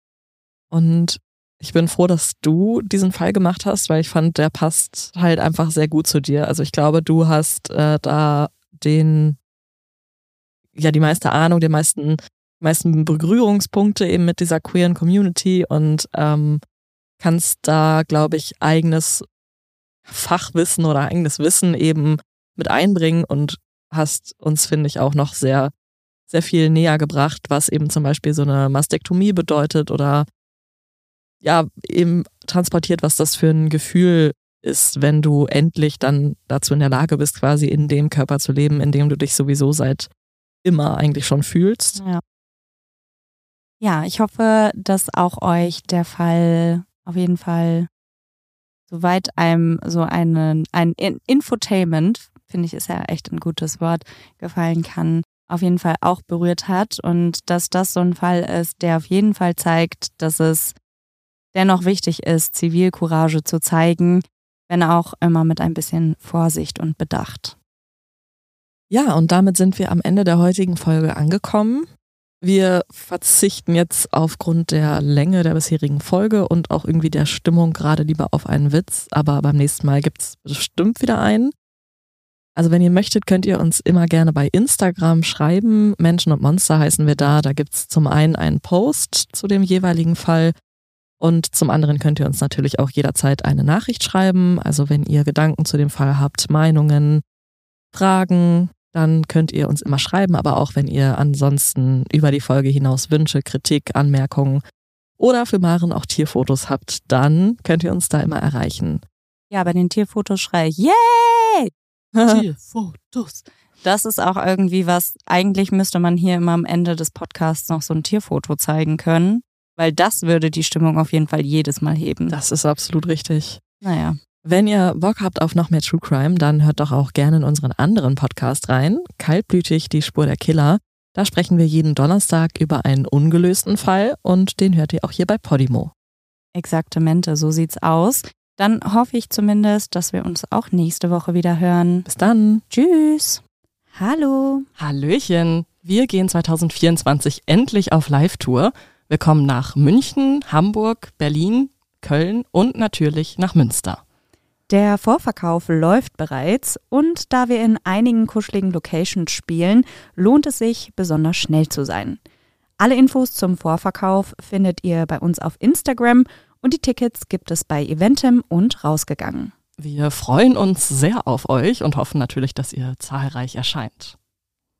Und ich bin froh, dass du diesen Fall gemacht hast, weil ich fand, der passt halt einfach sehr gut zu dir. Also ich glaube, du hast äh, da den, ja, die meiste Ahnung, die meisten, meisten Berührungspunkte eben mit dieser queeren Community und ähm, kannst da, glaube ich, eigenes Fachwissen oder eigenes Wissen eben mit einbringen und hast uns, finde ich, auch noch sehr, sehr viel näher gebracht, was eben zum Beispiel so eine Mastektomie bedeutet oder ja, eben transportiert, was das für ein Gefühl ist, wenn du endlich dann dazu in der Lage bist, quasi in dem Körper zu leben, in dem du dich sowieso seit immer eigentlich schon fühlst. Ja. Ja, ich hoffe, dass auch euch der Fall auf jeden Fall, soweit einem so einen, ein Infotainment, finde ich, ist ja echt ein gutes Wort, gefallen kann, auf jeden Fall auch berührt hat und dass das so ein Fall ist, der auf jeden Fall zeigt, dass es dennoch wichtig ist, Zivilcourage zu zeigen, wenn auch immer mit ein bisschen Vorsicht und Bedacht. Ja, und damit sind wir am Ende der heutigen Folge angekommen. Wir verzichten jetzt aufgrund der Länge der bisherigen Folge und auch irgendwie der Stimmung gerade lieber auf einen Witz, aber beim nächsten Mal gibt es bestimmt wieder einen. Also wenn ihr möchtet, könnt ihr uns immer gerne bei Instagram schreiben. Menschen und Monster heißen wir da. Da gibt es zum einen einen Post zu dem jeweiligen Fall und zum anderen könnt ihr uns natürlich auch jederzeit eine Nachricht schreiben. Also wenn ihr Gedanken zu dem Fall habt, Meinungen, Fragen, dann könnt ihr uns immer schreiben. Aber auch wenn ihr ansonsten über die Folge hinaus Wünsche, Kritik, Anmerkungen oder für Maren auch Tierfotos habt, dann könnt ihr uns da immer erreichen. Ja, bei den Tierfotos schrei ich, yay! Tierfotos. Das ist auch irgendwie was, eigentlich müsste man hier immer am Ende des Podcasts noch so ein Tierfoto zeigen können, weil das würde die Stimmung auf jeden Fall jedes Mal heben. Das ist absolut richtig. Naja. Wenn ihr Bock habt auf noch mehr True Crime, dann hört doch auch gerne in unseren anderen Podcast rein, Kaltblütig, die Spur der Killer. Da sprechen wir jeden Donnerstag über einen ungelösten Fall und den hört ihr auch hier bei Podimo. Exaktamente, so sieht's aus. Dann hoffe ich zumindest, dass wir uns auch nächste Woche wieder hören. Bis dann. Tschüss. Hallo. Hallöchen. Wir gehen zwanzig vierundzwanzig endlich auf Live-Tour. Wir kommen nach München, Hamburg, Berlin, Köln und natürlich nach Münster. Der Vorverkauf läuft bereits und da wir in einigen kuscheligen Locations spielen, lohnt es sich, besonders schnell zu sein. Alle Infos zum Vorverkauf findet ihr bei uns auf Instagram und die Tickets gibt es bei Eventim und Rausgegangen. Wir freuen uns sehr auf euch und hoffen natürlich, dass ihr zahlreich erscheint.